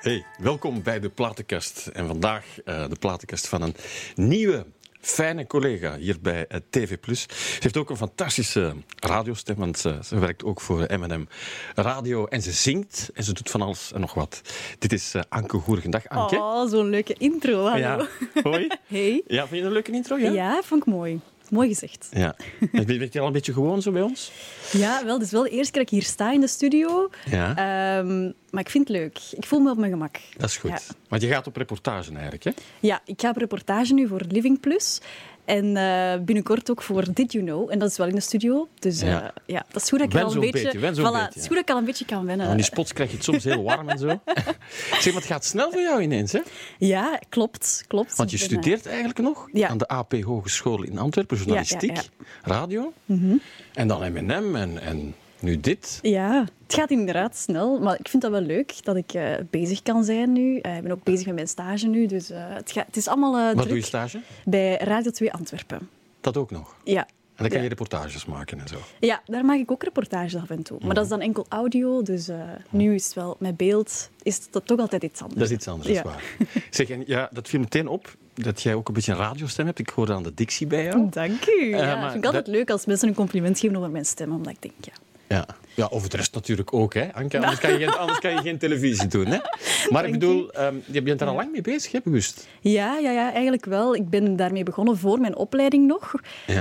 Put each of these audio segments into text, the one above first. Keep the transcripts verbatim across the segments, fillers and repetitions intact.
Hey, welkom bij de Platenkast. En vandaag uh, de Platenkast van een nieuwe, fijne collega hier bij uh, T V plus. Ze heeft ook een fantastische radiostem, want uh, ze werkt ook voor M en M Radio. En ze zingt en ze doet van alles en nog wat. Dit is uh, Anke Goergen. Dag Anke. Oh, zo'n leuke intro. Hallo. Ja. Hoi. Hey. Ja, vind je een leuke intro? Ja, ja vond ik mooi. Mooi gezegd. Ja. Ben je al een beetje gewoon zo bij ons? Ja, wel. Het is wel de eerste keer dat ik hier sta in de studio. Ja. Um, maar ik vind het leuk. Ik voel me op mijn gemak. Dat is goed. Ja. Want je gaat op reportage eigenlijk, hè? Ja, ik ga op reportage nu voor Living Plus. En uh, binnenkort ook voor Did You Know. En dat is wel in de studio. Dus uh, ja. ja, dat is goed dat ik al een beetje... beetje, voilà, beetje, het is goed dat ik al een beetje kan wennen. Van die spots krijg je het soms heel warm en zo. Zeg, maar het gaat snel voor jou ineens, hè? Ja, klopt. klopt. Want je studeert eigenlijk nog ja. aan de A P Hogeschool in Antwerpen, journalistiek, ja, ja, ja. radio. Mm-hmm. En dan M en M en, en nu dit. Ja, het gaat inderdaad snel. Maar ik vind dat wel leuk dat ik uh, bezig kan zijn nu. Uh, ik ben ook bezig met mijn stage nu. Dus uh, het, gaat, het is allemaal uh, Wat druk. doe je stage? Bij Radio twee Antwerpen. Dat ook nog? Ja. En dan kan ja. je reportages maken en zo? Ja, daar maak ik ook reportages af en toe. Maar mm. dat is dan enkel audio, dus uh, nu is het wel met beeld is dat toch altijd iets anders. Dat is iets anders, ja. dat is waar. Zeg, en ja, dat viel meteen op dat jij ook een beetje een radiostem hebt. Ik hoorde aan de dictie bij jou. Dank u. Ja, uh, vind ik altijd dat... leuk als mensen een compliment geven over mijn stem, omdat ik denk, ja... Ja. Ja, over de rest natuurlijk ook, hè, Anke. Anders kan je geen, anders kan je geen televisie doen, hè. Maar ik bedoel, um, je bent er al lang mee bezig, hè, bewust? Ja, ja, ja, eigenlijk wel. Ik ben daarmee begonnen voor mijn opleiding nog.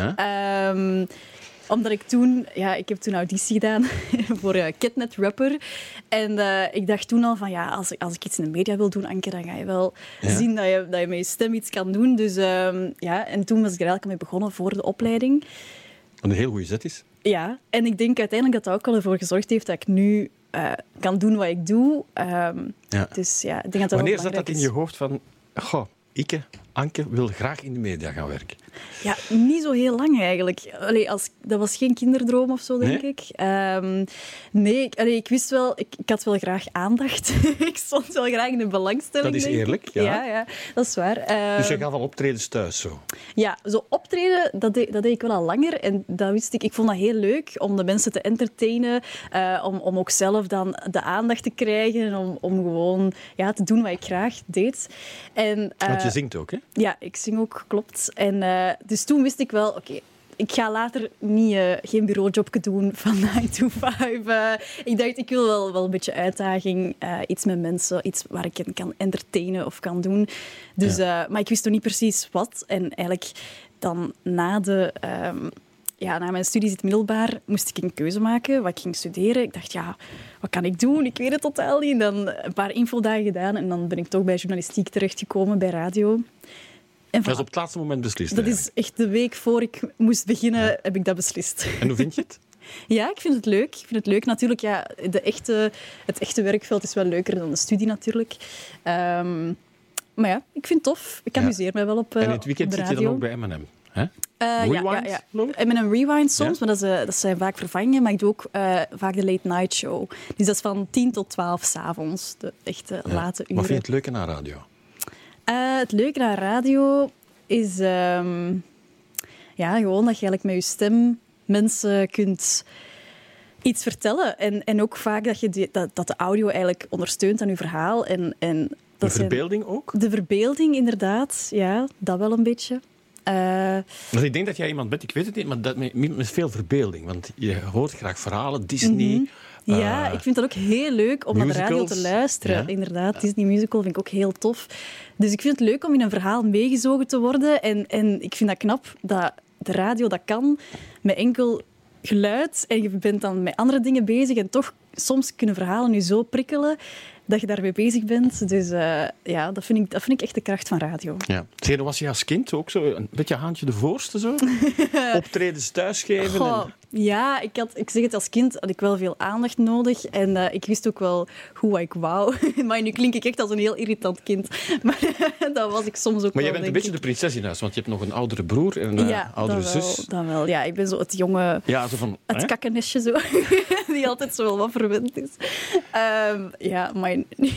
Ja. Um, omdat ik toen... Ja, ik heb toen auditie gedaan voor uh, Catnet Rapper. En uh, ik dacht toen al van, ja, als ik, als ik iets in de media wil doen, Anke, dan ga je wel ja. zien dat je, dat je met je stem iets kan doen. Dus um, ja, en toen was ik er eigenlijk mee begonnen voor de opleiding. Wat een heel goede zet is. Ja, en ik denk uiteindelijk dat dat ook al ervoor gezorgd heeft dat ik nu uh, kan doen wat ik doe. Um, ja. Dus ja, ik denk dat dat Wanneer zat dat in is. je hoofd van... Goh, Ike, Anke wil graag in de media gaan werken? Ja, niet zo heel lang eigenlijk. Allee, als, dat was geen kinderdroom of zo, denk nee? ik. Um, nee, ik, allee, ik wist wel... Ik, ik had wel graag aandacht. Ik stond wel graag in de belangstelling. Dat is eerlijk, ja. Ja, ja, dat is waar. Um, dus je gaf al optredens thuis, zo? Ja, zo optreden, dat deed, dat deed ik wel al langer. En dat wist ik. Ik vond dat heel leuk om de mensen te entertainen. Uh, om, om ook zelf dan de aandacht te krijgen. Om, om gewoon ja, te doen wat ik graag deed. En, uh, Want je zingt ook, hè? Ja, ik zing ook, klopt. En, uh, dus toen wist ik wel, oké, okay, ik ga later niet, uh, geen bureaujobje doen van nine to five. Uh, ik dacht, ik wil wel, wel een beetje uitdaging, uh, iets met mensen, iets waar ik kan entertainen of kan doen. Dus, ja. uh, maar ik wist nog niet precies wat. En eigenlijk dan na de... Um, Ja, na mijn studies in het middelbaar moest ik een keuze maken wat ik ging studeren. Ik dacht, ja, wat kan ik doen? Ik weet het totaal niet. En dan een paar infodagen gedaan en dan ben ik toch bij journalistiek terechtgekomen, bij radio. En dat is op het laatste moment beslist. Dat eigenlijk. is echt de week voor ik moest beginnen, ja. heb ik dat beslist. En hoe vind je het? Ja, ik vind het leuk. Ik vind het leuk. Natuurlijk, ja, de echte, het echte werkveld is wel leuker dan de studie natuurlijk. Um, maar ja, ik vind het tof. Ik amuseer ja. me wel op, uh, en in het weekend zit je dan ook bij M en M? Hè? Uh, Rewind? Ja, ja, ja. Met een rewind soms, ja? maar dat, is, uh, dat zijn vaak vervangingen. Maar ik doe ook uh, vaak de late night show. Dus dat is van tien tot twaalf 's avonds, de echte ja. late uren. Wat vind je het leuke aan radio? Uh, het leuke aan radio is um, ja, gewoon dat je eigenlijk met je stem mensen kunt iets vertellen. En, en ook vaak dat, je die, dat, dat de audio eigenlijk ondersteunt aan je verhaal. En, en dat de verbeelding zijn, ook? De verbeelding, inderdaad. Ja, dat wel een beetje. Uh, dus ik denk dat jij iemand bent, ik weet het niet, maar dat met, met veel verbeelding. Want je hoort graag verhalen, Disney... Mm-hmm. Uh, ja, ik vind dat ook heel leuk om musicals. naar de radio te luisteren. Ja. Inderdaad, ja. Disney Musical vind ik ook heel tof. Dus ik vind het leuk om in een verhaal meegezogen te worden. En, en ik vind dat knap dat de radio dat kan met enkel geluid. En je bent dan met andere dingen bezig. En toch, soms kunnen verhalen je zo prikkelen dat je daarmee bezig bent. Dus uh, ja, dat vind, ik, dat vind ik echt de kracht van radio. Ja. Zeg, was je als kind ook zo een beetje haantje de voorste? Zo? Optredens thuisgeven? Goh, en... Ja, ik, had, ik zeg het, als kind had ik wel veel aandacht nodig. En uh, ik wist ook wel hoe wat ik wou. Maar nu klink ik echt als een heel irritant kind. Maar dat was ik soms ook maar wel, je bent een beetje ik. de prinses in huis, want je hebt nog een oudere broer en een ja, uh, oudere dan zus. Wel, dan wel, ja. Ik ben zo het jonge... Ja, zo van... Het hè? kakkenestje zo. Die altijd zo wel wat verwend is. Um, ja, maar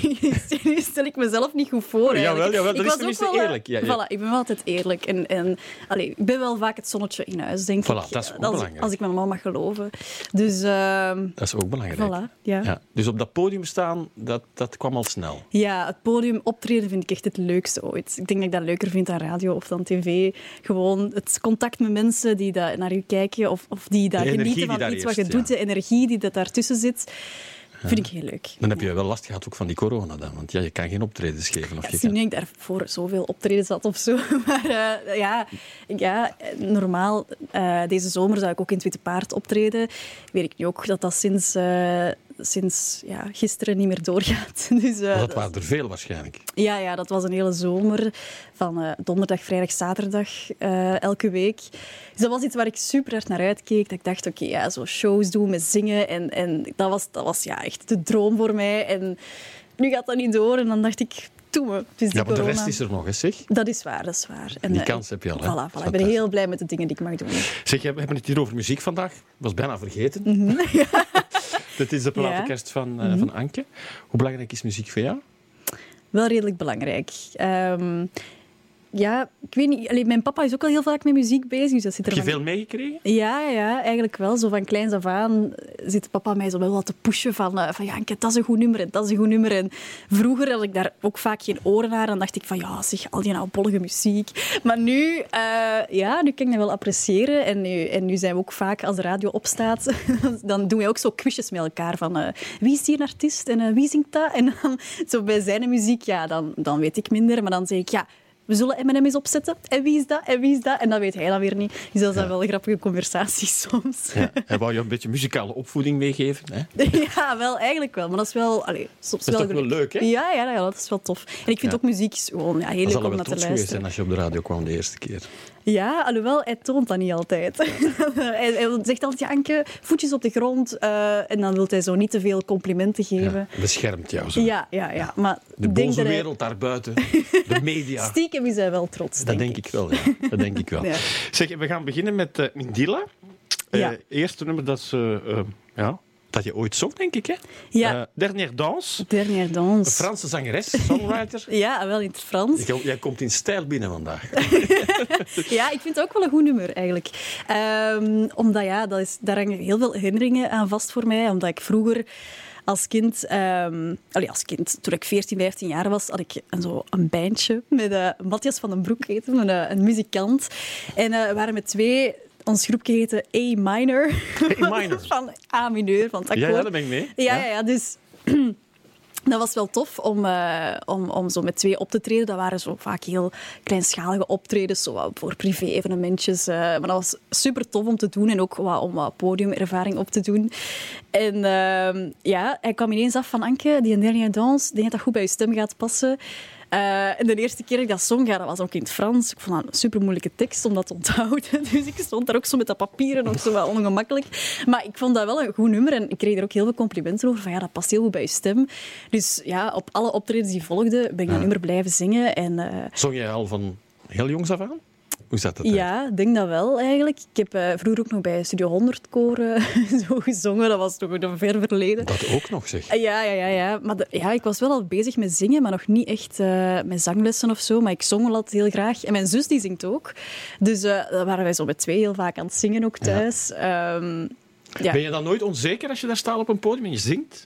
nu stel ik mezelf niet goed voor. Jawel, jawel, dat ik is tenminste wel, eerlijk. Ja, ja. Voilà, ik ben wel altijd eerlijk. En, en, allez, ik ben wel vaak het zonnetje in huis, denk Voilà, ik. dat is ook als, belangrijk. Als ik mijn mama mag geloven. Dus, um, dat is ook belangrijk. Voilà, ja. Ja. Dus op dat podium staan, dat, dat kwam al snel. Ja, het podium optreden vind ik echt het leukste ooit. Ik denk dat ik dat leuker vind dan radio of dan tv. Gewoon het contact met mensen die dat naar u kijken of, of die dat genieten van iets eerst, wat je ja. doet, de energie die dat daartussen zit. Vind ik heel leuk. Dan heb je wel last gehad ook van die corona dan, want ja, je kan geen optredens geven. Of Ja, je zie kan... niet dat ik daarvoor zoveel optredens had of zo. Maar uh, ja, ja, normaal, uh, deze zomer zou ik ook in het Witte Paard optreden. Weet ik nu ook dat dat sinds, uh, sinds ja, gisteren niet meer doorgaat. Dus, uh, Maar dat waren er veel waarschijnlijk. Ja, ja, dat was een hele zomer van uh, donderdag, vrijdag, zaterdag uh, elke week. Dus dat was iets waar ik super hard naar uitkeek. Dat ik dacht, oké, okay, ja, zo shows doen met zingen. En, en dat was, dat was ja, echt de droom voor mij. En nu gaat dat niet door. En dan dacht ik, doe me. Dus ja, maar corona. de rest is er nog, hè, zeg. Dat is waar, dat is waar. En, die uh, kans heb je al, hè. Voilà, voilà. Ik ben heel blij met de dingen die ik mag doen. Zeg, we hebben het hier over muziek vandaag. Ik was bijna vergeten. Mm-hmm. Ja. Dit is de platenkerst van, uh, mm-hmm. van Anke. Hoe belangrijk is muziek voor jou? Wel redelijk belangrijk. Um, ja, ik weet niet. Allee, mijn papa is ook al heel vaak met muziek bezig. Dus dat zit er Heb je van... veel meegekregen? Ja, ja, eigenlijk wel. Zo van kleins af aan zit papa mij zo wel wat te pushen van, uh, van ja, Anke, dat is een goed nummer en dat is een goed nummer. En vroeger had ik daar ook vaak geen oren naar. Dan dacht ik van, ja, zeg, al die oudbollige muziek. Maar nu, uh, ja, nu kan ik dat wel appreciëren. En nu, en nu zijn we ook vaak, als de radio opstaat, dan doen wij ook zo quizjes met elkaar van uh, wie is hier een artiest en uh, wie zingt dat? En dan zo bij zijn muziek, ja, dan, dan weet ik minder. Maar dan zeg ik, ja, we zullen M en M eens opzetten. En wie is dat? En wie is dat? En dat weet hij dan weer niet. Dus dat zijn ja. wel grappige conversaties soms. Ja. Hij wou je een beetje muzikale opvoeding meegeven. Hè? Ja, wel, eigenlijk wel. Maar dat is wel... Allee, soms dat is wel toch wel leuk, hè? Ja, ja, ja, dat is wel tof. En ik vind ja. ook muziek gewoon ja, heel leuk om naar te luisteren. geweest zijn als je op de radio kwam de eerste keer. Ja, alhoewel, hij toont dat niet altijd. hij, hij zegt altijd, ja, Anke, voetjes op de grond. Uh, en dan wil hij zo niet te veel complimenten geven. Ja, beschermt jou zo. Ja, ja, ja. Maar de boze denk wereld hij... daarbuiten, de media. Stiekem is hij wel trots, Dat denk, denk ik, ik wel, ja. Dat denk ik wel. Ja. Zeg, we gaan beginnen met uh, Mindila. Uh, ja. Eerste nummer dat ze... Uh, ja... Dat je ooit zong, denk ik, hè? Ja. Uh, Dernière Danse. Dernière Danse. Een Franse zangeres, songwriter. Ja, wel in het Frans. Jij, jij komt in stijl binnen vandaag. Ja, ik vind het ook wel een goed nummer, eigenlijk. Um, omdat, ja, dat is, daar hangen heel veel herinneringen aan vast voor mij. Omdat ik vroeger... Als kind, um, allee, als kind, toen ik veertien, vijftien jaar was, had ik een, zo een bandje met uh, Matthias van den Broek, heette, een, uh, een muzikant. En uh, we waren met twee... Ons groepje heette A minor. A minor. Van A mineur, van het akkoord. Ja, ja, daar ben ik mee. Ja, ja, ja dus... Dat was wel tof om, uh, om, om zo met twee op te treden. Dat waren zo vaak heel kleinschalige optredens, zo voor privé-evenementjes. Uh, maar dat was super tof om te doen en ook wat, om wat podiumervaring op te doen. En uh, ja, hij kwam ineens af van Anke, die Dernière Danse, ik denk dat dat goed bij je stem gaat passen. Uh, en de eerste keer dat ik dat zong, ja, dat was ook in het Frans. Ik vond dat een super moeilijke tekst om dat te onthouden. Dus ik stond daar ook zo met dat papieren, nog zo wel ongemakkelijk. Maar ik vond dat wel een goed nummer en ik kreeg er ook heel veel complimenten over. Van ja, dat past heel goed bij je stem. Dus ja, op alle optredens die volgden, ben ik dat ja. nummer blijven zingen. En, uh, zong jij al van heel jongs af aan? Hoe zat dat? Ja, ik denk dat wel eigenlijk. Ik heb uh, vroeger ook nog bij Studio honderd koor uh, zo gezongen. Dat was toch een ver verleden. Dat ook nog, zeg. Uh, ja, ja, ja, ja. Maar de, ja, ik was wel al bezig met zingen, maar nog niet echt uh, met zanglessen of zo. Maar ik zong wel altijd heel graag. En mijn zus die zingt ook. Dus uh, dan waren wij zo met twee heel vaak aan het zingen ook thuis. Ja. Um, ja. Ben je dan nooit onzeker als je daar staat op een podium en je zingt?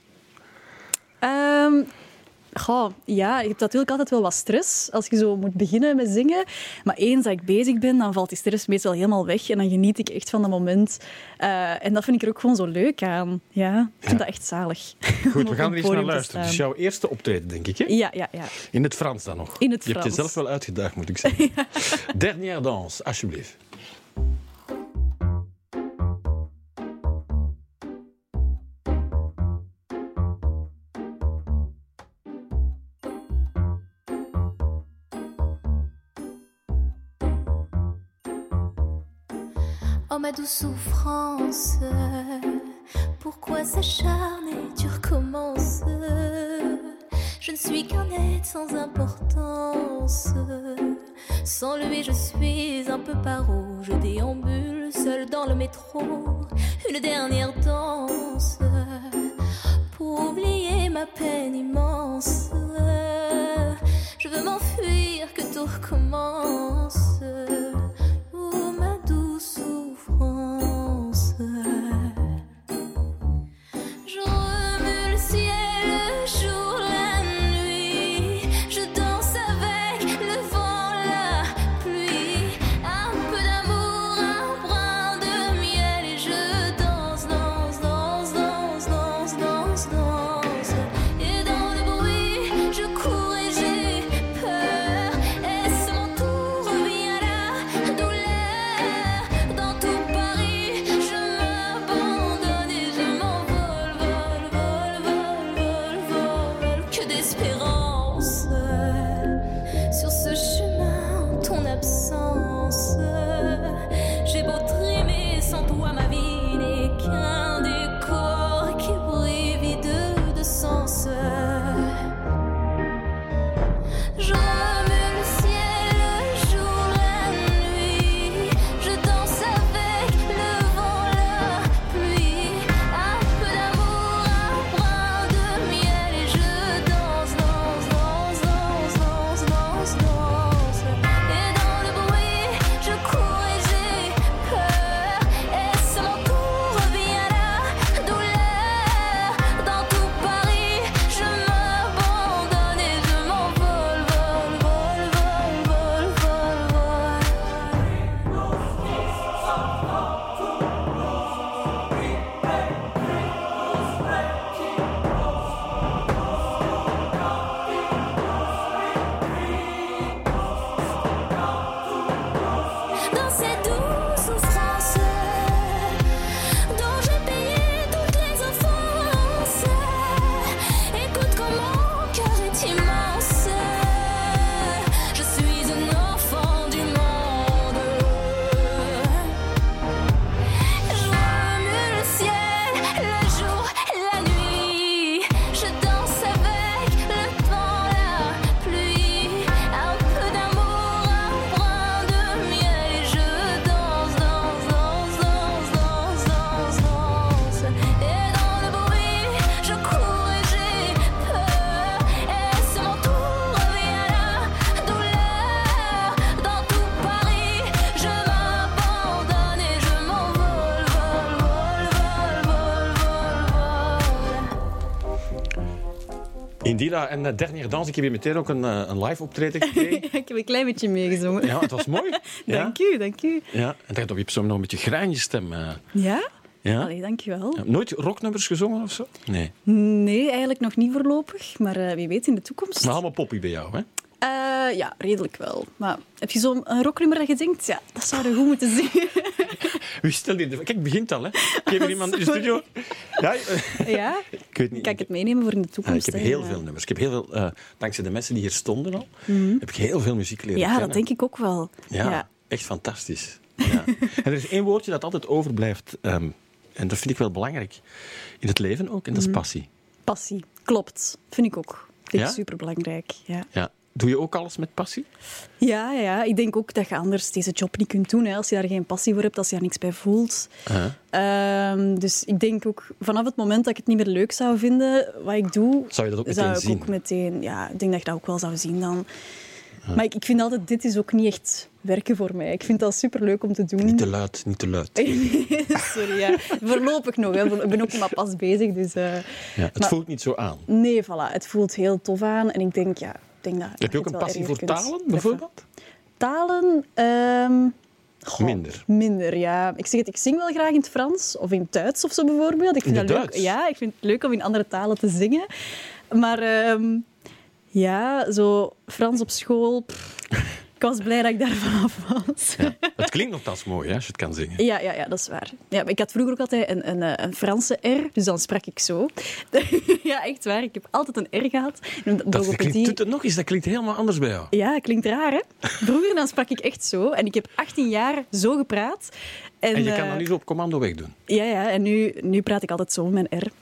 Um, Goh, ja, je hebt natuurlijk altijd wel wat stress als je zo moet beginnen met zingen. Maar eens dat ik bezig ben, dan valt die stress meestal helemaal weg. En dan geniet ik echt van dat moment. Uh, en dat vind ik er ook gewoon zo leuk aan. Ja, ik vind ja. dat echt zalig. Goed, we gaan er eens naar luisteren. Het is jouw eerste optreden, denk ik, hè? Ja, ja, ja. In het Frans dan nog. In het je Frans. hebt jezelf wel uitgedaagd, moet ik zeggen. Ja. Dernière Danse, alsjeblieft. Oh ma douce souffrance, pourquoi s'acharner, tu recommences. Je ne suis qu'un être sans importance. Sans lui je suis un peu paro. Je déambule seul dans le métro. Une dernière danse pour oublier ma peine immense. Je veux m'enfuir, que tout recommence. Oh, ma douce souffrance. Je remue le ciel, le jour, la nuit. Je danse avec le vent, la pluie. Un peu d'amour, un brin de miel. Et je danse, danse, danse, danse, danse, danse, danse. Et dans le bruit, je cours et j'ai peur. Et ce mon tour revient la douleur. Dans tout Paris, je m'abandonne et je m'envole, vol, vol, vol, vol, vol. Que d'espérance sur ce chemin en ton absence. J'ai beau trimer sans toi, ma vie n'est qu'un décor qui brille vide de sens. Je remue le ciel, le jour, la nuit. Je danse avec le vent, la pluie. Un peu d'amour, un brin de miel. Et je danse, danse, danse, danse, danse, danse, danse. Et dans le bruit, je cours et j'ai peur. Et ce mon tour revient la douleur. Dans tout Paris, je m'abandonne et je m'envole, vol, vol, vol, vol, vol, vol. Dans ces douces souffrances dont j'ai payé toutes les offenses, écoute comme mon cœur est immense. Je suis un enfant du monde. Je remue le ciel, le jour, la nuit. Je danse avec le vent, la pluie. Un peu d'amour, un brin de miel. Et je danse, danse, danse, danse, danse, danse, danse. Et dans le bruit, je cours et j'ai peur. Et ce mon tour revient la douleur. Dans tout Paris, je m'abandonne et je m'envole, vol, vol, vol, vol, vol, vol. Indira en uh, Dernier Dans. Ik heb hier meteen ook een, uh, een live optreden gekregen. Ik heb een klein beetje meegezongen. Ja, het was mooi. Ja? Dank u, dank u. Ja, en dat je op je nog een beetje graantje stem. Uh, Ja? ja? Allee, dank je wel. Ja, nooit rocknummers gezongen of zo? Nee. Nee, eigenlijk nog niet voorlopig. Maar uh, wie weet in de toekomst. Maar allemaal poppy bij jou, hè? Uh, ja, redelijk wel. Maar heb je zo'n een rocknummer dat je denkt, ja, dat zou er goed moeten zingen? Wie stelt die? Kijk, het begint al, hè? Ik heb er iemand in de studio. Ja, uh, Ja? ik weet niet. Kan ik het meenemen voor in de Ja, toekomst? ik heb hè? heel Ja. veel nummers. Ik heb heel veel, uh, dankzij de mensen die hier stonden al, heb ik heel veel muziek leren Ja, kennen. dat denk ik ook wel. Ja, Ja. echt fantastisch. Ja. En er is één woordje dat altijd overblijft. Um, en dat vind ik wel belangrijk. In het leven ook. En dat is passie. Passie, klopt. Vind ik ook. Vind ik Ja? superbelangrijk. Ja. Ja. Doe je ook alles met passie? Ja, ja, ja, ik denk ook dat je anders deze job niet kunt doen. Hè, als je daar geen passie voor hebt, als je daar niks bij voelt. Uh-huh. Ehm, dus ik denk ook, vanaf het moment dat ik het niet meer leuk zou vinden, wat ik doe, Zou je dat ook zou meteen ik zien? ook meteen... Ja, ik denk dat je dat ook wel zou zien dan. Maar ik, ik vind altijd, dit is ook niet echt werken voor mij. Ik vind dat superleuk om te doen. Niet te luid, niet te luid. Sorry, ja. Voorlopig nog. Hè. Ik ben ook maar pas bezig, dus... uh, Ja, het maar- voelt niet zo aan. Nee, voilà. Het voelt heel tof aan. En ik denk, ja... Ik denk dat, Heb je ook het een wel passie erger voor kunt talen, treffen. bijvoorbeeld? Talen? ehm, goh, Minder. Minder, ja. Ik zeg het, ik zing wel graag in het Frans of in het Duits of zo bijvoorbeeld. Ik vind In dat het leuk. Duits? Ja, ik vind het leuk om in andere talen te zingen. Maar ehm, ja, zo Frans op school... pff, ik was blij dat ik daar vanaf was. Ja. Het klinkt nogthans mooi, hè, als je het kan zingen. Ja, ja, ja, dat is waar. Ja, maar ik had vroeger ook altijd een, een, een Franse R, dus dan sprak ik zo. Ja, echt waar. Ik heb altijd een R gehad. En Dat, dat logopedie- klinkt, doet het nog eens, dat klinkt helemaal anders bij jou. Ja, klinkt raar, hè? Vroeger dan sprak ik echt zo. En ik heb achttien jaar zo gepraat. En, En je kan eh, dat niet zo op commando wegdoen. Ja, ja. En nu, nu praat ik altijd zo met mijn R.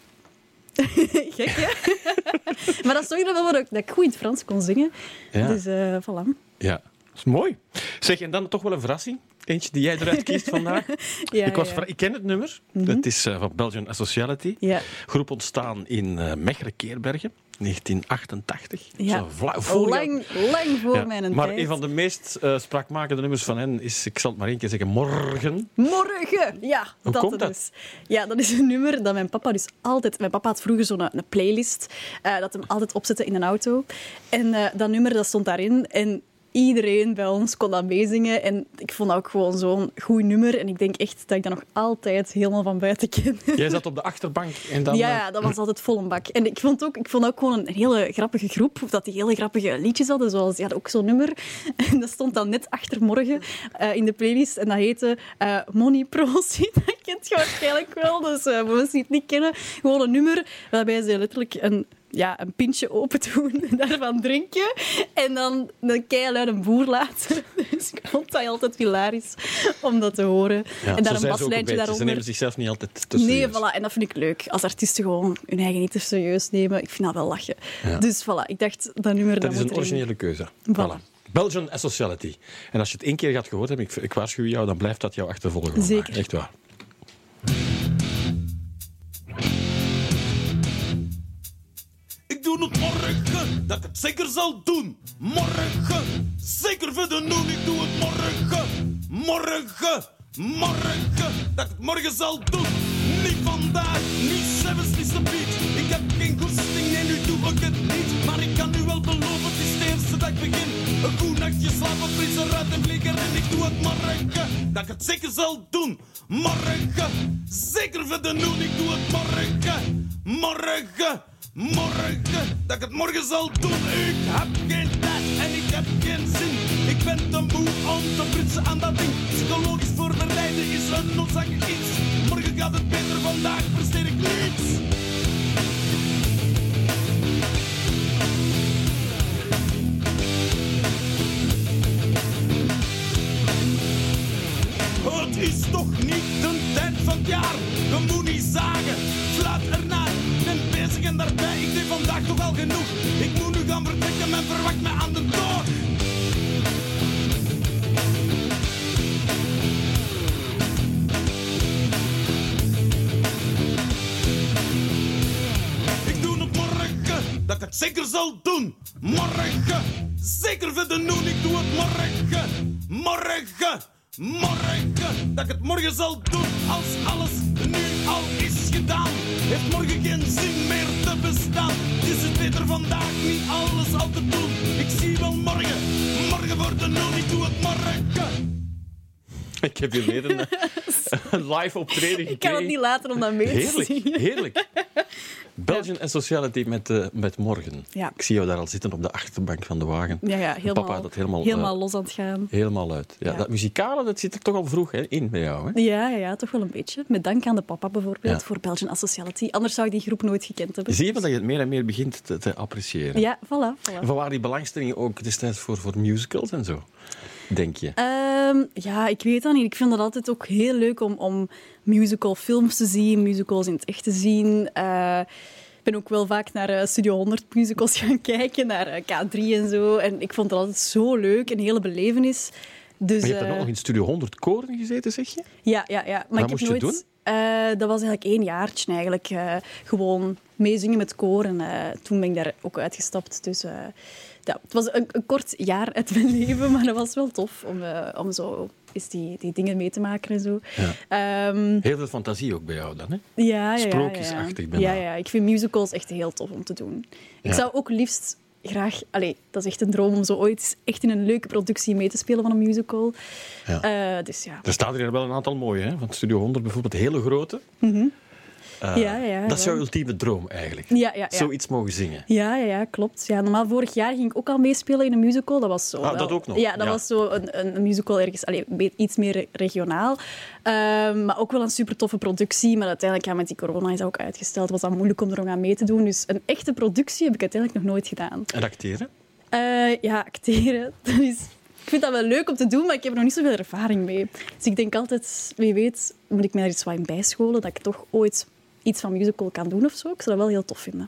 Gek, hè? Maar dat zorgde wel dat ik, dat ik goed in het Frans kon zingen. Ja. Dus, eh voilà. Ja. Dat is mooi. Zeg, en dan toch wel een verrassing. Eentje die jij eruit kiest vandaag. Ja, ik, was ja. ver... ik ken het nummer. Mm-hmm. Het is uh, van Belgian Asociality. Ja. Groep ontstaan in uh, Mechelen-Keerbergen. negentien achtentachtig. Ja. Zo vla- vorig jaar. Lang, lang voor Ja. mijn Maar tijd. een van de meest uh, spraakmakende nummers van hen is, ik zal het maar één keer zeggen, Morgen. Morgen! Ja, Hoe dat komt dat? dus. Ja, dat is een nummer dat mijn papa dus altijd... Mijn papa had vroeger zo'n een playlist uh, dat hem altijd opzette in een auto. En uh, dat nummer dat stond daarin. En iedereen bij ons kon dat meezingen. En ik vond dat ook gewoon zo'n goed nummer. En ik denk echt dat ik dat nog altijd helemaal van buiten ken. Jij zat op de achterbank en dan... Ja, uh, ja, dat was altijd vol een bak. En ik vond ook, ik vond ook gewoon een hele grappige groep. Of dat die hele grappige liedjes hadden. Zoals, die hadden ook zo'n nummer. En dat stond dan net achter Morgen uh, in de playlist. En dat heette uh, Money Proceed. Dat kent je waarschijnlijk wel. Dus uh, voor mensen die het niet kennen, gewoon een nummer waarbij ze letterlijk een... Ja, een pintje open doen, daarvan drinken en dan een keiluid een boer laten. Dus ik vond dat altijd hilarisch om dat te horen. Ja, en daar zo zijn een ze ook baslijntje een beetje. daaronder. Ze nemen zichzelf niet altijd te Nee, serieus. voilà. En dat vind ik leuk. Als artiesten gewoon hun eigen niet te serieus nemen. Ik vind dat wel lachen. Ja. Dus voilà, ik dacht, dat nummer... Dat is een moet erin. originele keuze. Voilà. Belgian Asociality. En als je het één keer gaat gehoord hebben, ik, ik waarschuw jou, dan blijft dat jou achtervolgen. vandaag. Zeker. Echt waar. Ik doe het morgen, dat ik het zeker zal doen. Morgen, zeker verder doen. Ik doe het morgen, morgen, morgen, dat ik het morgen zal doen. Niet vandaag, niet zelfs, niet zo beat. Ik heb geen goesting, nee, nu doe ik het niet. Maar ik kan u wel beloven, het is de eerste dag begin. Een goed nachtje slapen, frisse ruit en vlieger. En ik doe het morgen, dat ik het zeker zal doen. Morgen, zeker verder doen. Ik doe het morgen, morgen. Morgen, dat ik het morgen zal doen. Ik heb geen tijd en ik heb geen zin. Ik ben te moe om te prutsen aan dat ding. Psychologisch voorbereiden is een noodzaak iets. Morgen gaat het beter, vandaag presteer ik niets. Het is toch niet de tijd van het jaar. We moeten niet zagen, fluit ernaar. Ik ben bezig en daarbij, ik deed vandaag toch al genoeg. Ik moet nu gaan vertrekken en verwacht mij aan de toog. Ik doe het morgen, dat ik het zeker zal doen. Morgen, zeker verder doen. Ik doe het morgen, morgen. Morgen, dat ik het morgen zal doen. Als alles nu al is gedaan, heeft morgen geen zin meer te bestaan. Het is het beter vandaag niet alles al te doen. Ik zie wel morgen, morgen voor de nul. Ik doe het morgen. Ik heb hier weer een, een live optreden gekregen. Ik kan het niet laten om dat mee te Heerlijk, zingen. heerlijk. Belgian Asociality met, uh, met Morgen. Ja. Ik zie jou daar al zitten op de achterbank van de wagen. Ja, ja, helemaal, Papa had het helemaal, helemaal uh, los aan het gaan. helemaal uit. Ja, Ja. Dat muzikale dat zit er toch al vroeg hè, in bij jou. Hè? Ja, ja, ja, toch wel een beetje. Met dank aan de papa bijvoorbeeld, Ja. voor Belgian Asociality. Anders zou ik die groep nooit gekend hebben. Zie je maar dat je het meer en meer begint te, te appreciëren. Ja, voilà. voilà. En van waar die belangstelling ook destijds voor, voor musicals en zo, denk je? Ehm, ja, ik weet dat niet. Ik vind het altijd ook heel leuk om, om musicalfilms te zien, musicals in het echt te zien. Uh, ik ben ook wel vaak naar uh, Studio honderd musicals gaan kijken, naar uh, K drie en zo. En ik vond het altijd zo leuk, een hele belevenis. Dus, Maar je hebt er uh, ook nog in Studio honderd koren gezeten, zeg je? Ja, ja, ja. Maar Wat ik heb moest je nooit... doen? Uh, dat was eigenlijk één jaartje eigenlijk. Uh, gewoon meezingen met koor. En uh, toen ben ik daar ook uitgestapt. Dus uh, ja, het was een, een kort jaar uit mijn leven, maar dat was wel tof om, uh, om zo eens die, die dingen mee te maken en zo. Ja. Um, Heel veel fantasie ook bij jou dan, hè? ja, ja, ja, Sprookjesachtig ja. bijna. Ja, ja, ik vind musicals echt heel tof om te doen. Ik Ja. zou ook liefst graag... Allee, dat is echt een droom om zo ooit echt in een leuke productie mee te spelen van een musical. Ja. Uh, dus ja. Er staan er wel een aantal mooie, hè? Van Studio honderd bijvoorbeeld, hele grote. Mm-hmm. Uh, Ja, ja, dat is jouw wel. ultieme droom eigenlijk. Ja, ja, ja. Zoiets mogen zingen. Ja, ja, ja, klopt. Ja, normaal vorig jaar ging ik ook al meespelen in een musical. Dat was zo. Ah, wel- dat ook nog? Ja, dat Ja. was zo een, een, een musical ergens, allee, be- iets meer re- regionaal. Ehm, maar ook wel een super toffe productie. Maar uiteindelijk, ja, met die corona is dat ook uitgesteld. Was dat moeilijk om er nog aan mee te doen. Dus een echte productie heb ik uiteindelijk nog nooit gedaan. En acteren? Eh, ja, acteren. Dat is, ik vind dat wel leuk om te doen, maar ik heb er nog niet zoveel ervaring mee. Dus ik denk altijd, wie weet, moet ik mij er iets wat in bijscholen, dat ik toch ooit iets van musical kan doen of zo. Ik zou dat wel heel tof vinden. Ja.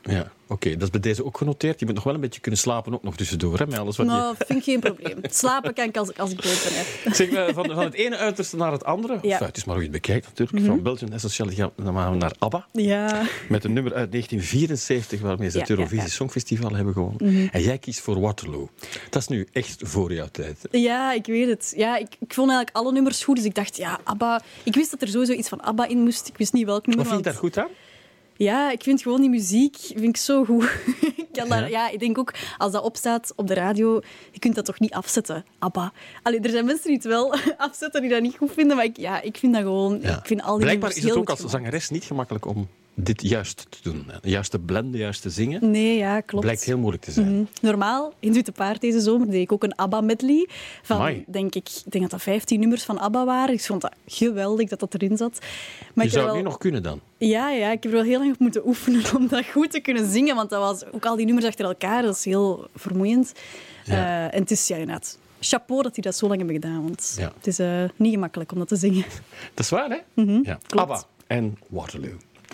Oké, okay, dat is bij deze ook genoteerd. Je moet nog wel een beetje kunnen slapen, ook nog tussendoor. Hè, met alles wat Nou, je... vind ik geen probleem. Slapen kan ik als, als ik dood ben. Hè. Zeg, uh, van, van het ene uiterste naar het andere. Ja. Enfin, het is maar hoe je het bekijkt natuurlijk. Mm-hmm. Van Belgian Essential gaan we naar ABBA. Ja. Met een nummer uit negentien vierenzeventig waarmee ze het Ja, Eurovisie ja, ja. Songfestival hebben gewonnen. Mm-hmm. En jij kiest voor Waterloo. Dat is nu echt voor jouw tijd. Hè? Ja, ik weet het. Ja, ik, ik vond eigenlijk alle nummers goed, dus ik dacht, ja, ABBA... Ik wist dat er sowieso iets van ABBA in moest. Ik wist niet welk nummer. Wat vind je want- daar goed aan? Ja, ik vind gewoon die muziek vind ik zo goed. ik, kan daar, Ja? ja, ik denk ook, als dat opstaat op de radio, je kunt dat toch niet afzetten, ABBA. Allee, er zijn mensen die het wel afzetten die dat niet goed vinden, maar ik, ja, ik vind dat gewoon... Ja. Ik vind al die Blijkbaar nummers is het heel ook als goed gemaakt. zangeres niet gemakkelijk om dit juist te doen. De juiste blenden, juiste zingen. Nee, ja, klopt. Blijkt heel moeilijk te zijn. Mhm. Normaal, in Witte Paard deze zomer, deed ik ook een ABBA-medley. Van, Amai. denk ik, ik denk dat dat vijftien nummers van ABBA waren. Ik vond dat geweldig dat dat erin zat. Maar Je ik heb zou het wel... nu nog kunnen dan. Ja, ja, ik heb er wel heel lang op moeten oefenen om dat goed te kunnen zingen. Want dat was ook al die nummers achter elkaar, dat is heel vermoeiend. Ja. Uh, en het is ja, inderdaad chapeau dat die dat zo lang hebben gedaan. Want Ja. het is uh, niet gemakkelijk om dat te zingen. Dat is waar, hè? Mhm, Ja. klopt. ABBA en Waterloo.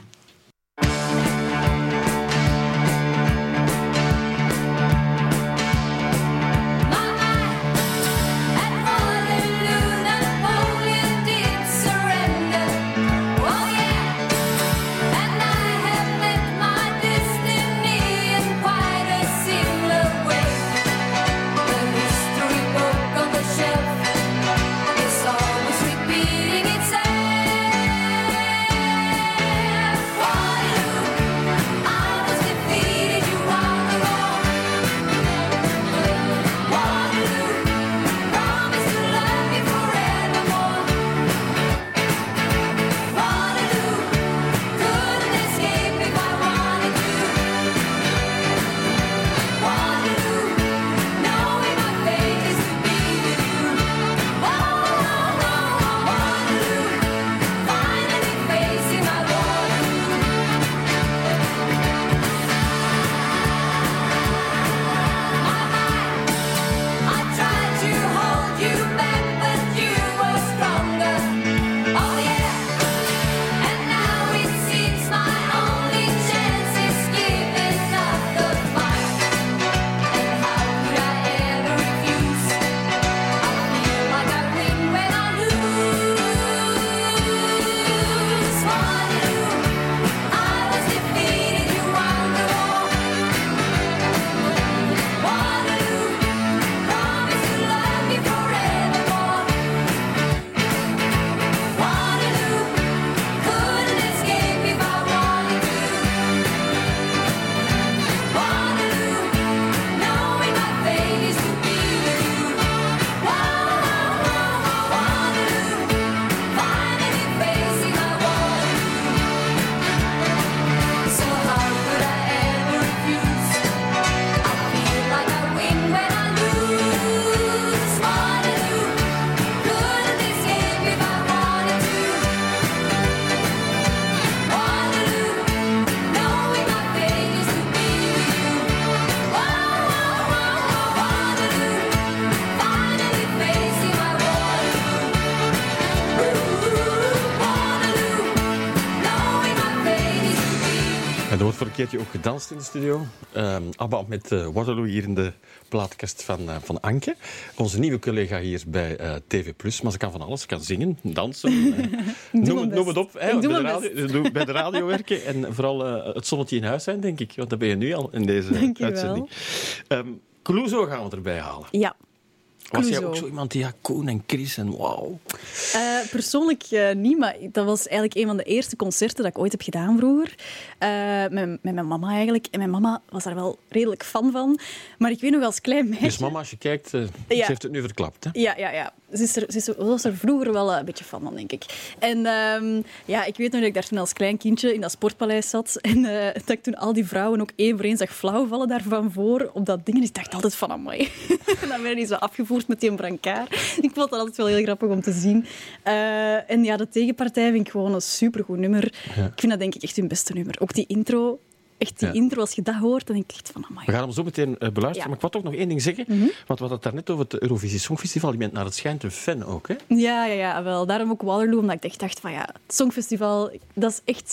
Er wordt voor een keertje ook gedanst in de studio. Um, ABBA met uh, Waterloo hier in de plaatkast van, uh, van Anke. Onze nieuwe collega hier bij uh, T V plus. Maar ze kan van alles. Ze kan zingen, dansen. Uh, noem, het, noem het op. Hè, bij, de radio, bij de radio werken. En vooral uh, het zonnetje in huis zijn, denk ik. Want dat ben je nu al in deze Dank je uitzending. Um, Clouseau gaan we erbij halen. Ja. Was jij ook zo iemand die ja, Koen en Chris en wauw? Uh, persoonlijk uh, niet, maar dat was eigenlijk een van de eerste concerten dat ik ooit heb gedaan vroeger. Uh, met, met mijn mama eigenlijk. En mijn mama was daar wel redelijk fan van. Maar ik weet nog als klein meisje... Dus mama, als je kijkt, uh, ja. ze heeft het nu verklapt, hè? Ja, ja, ja. Ze, is er, ze is er, was er vroeger wel een beetje fan van, denk ik. En um, ja, ik weet nog dat ik daar toen als klein kindje in dat sportpaleis zat. En uh, dat ik toen al die vrouwen ook één voor één zag flauwvallen daarvan voor op dat ding. En ik dacht altijd van, amai. En dan werden die zo afgevoerd met die brancard. Ik vond dat altijd wel heel grappig om te zien. Uh, en ja, de tegenpartij vind ik gewoon een supergoed nummer. Ja. Ik vind dat denk ik echt hun beste nummer. Ook die intro. Echt die ja. intro, als je dat hoort, dan denk ik echt van... Amai. We gaan hem zo meteen uh, beluisteren. Ja. Maar ik wil toch nog één ding zeggen. Mm-hmm. Want we hadden het daarnet over het Eurovisie Songfestival. Je bent naar het schijnt een fan ook, hè? Ja, ja, ja, wel. Daarom ook Waterloo, omdat ik echt dacht van ja, het Songfestival, dat is echt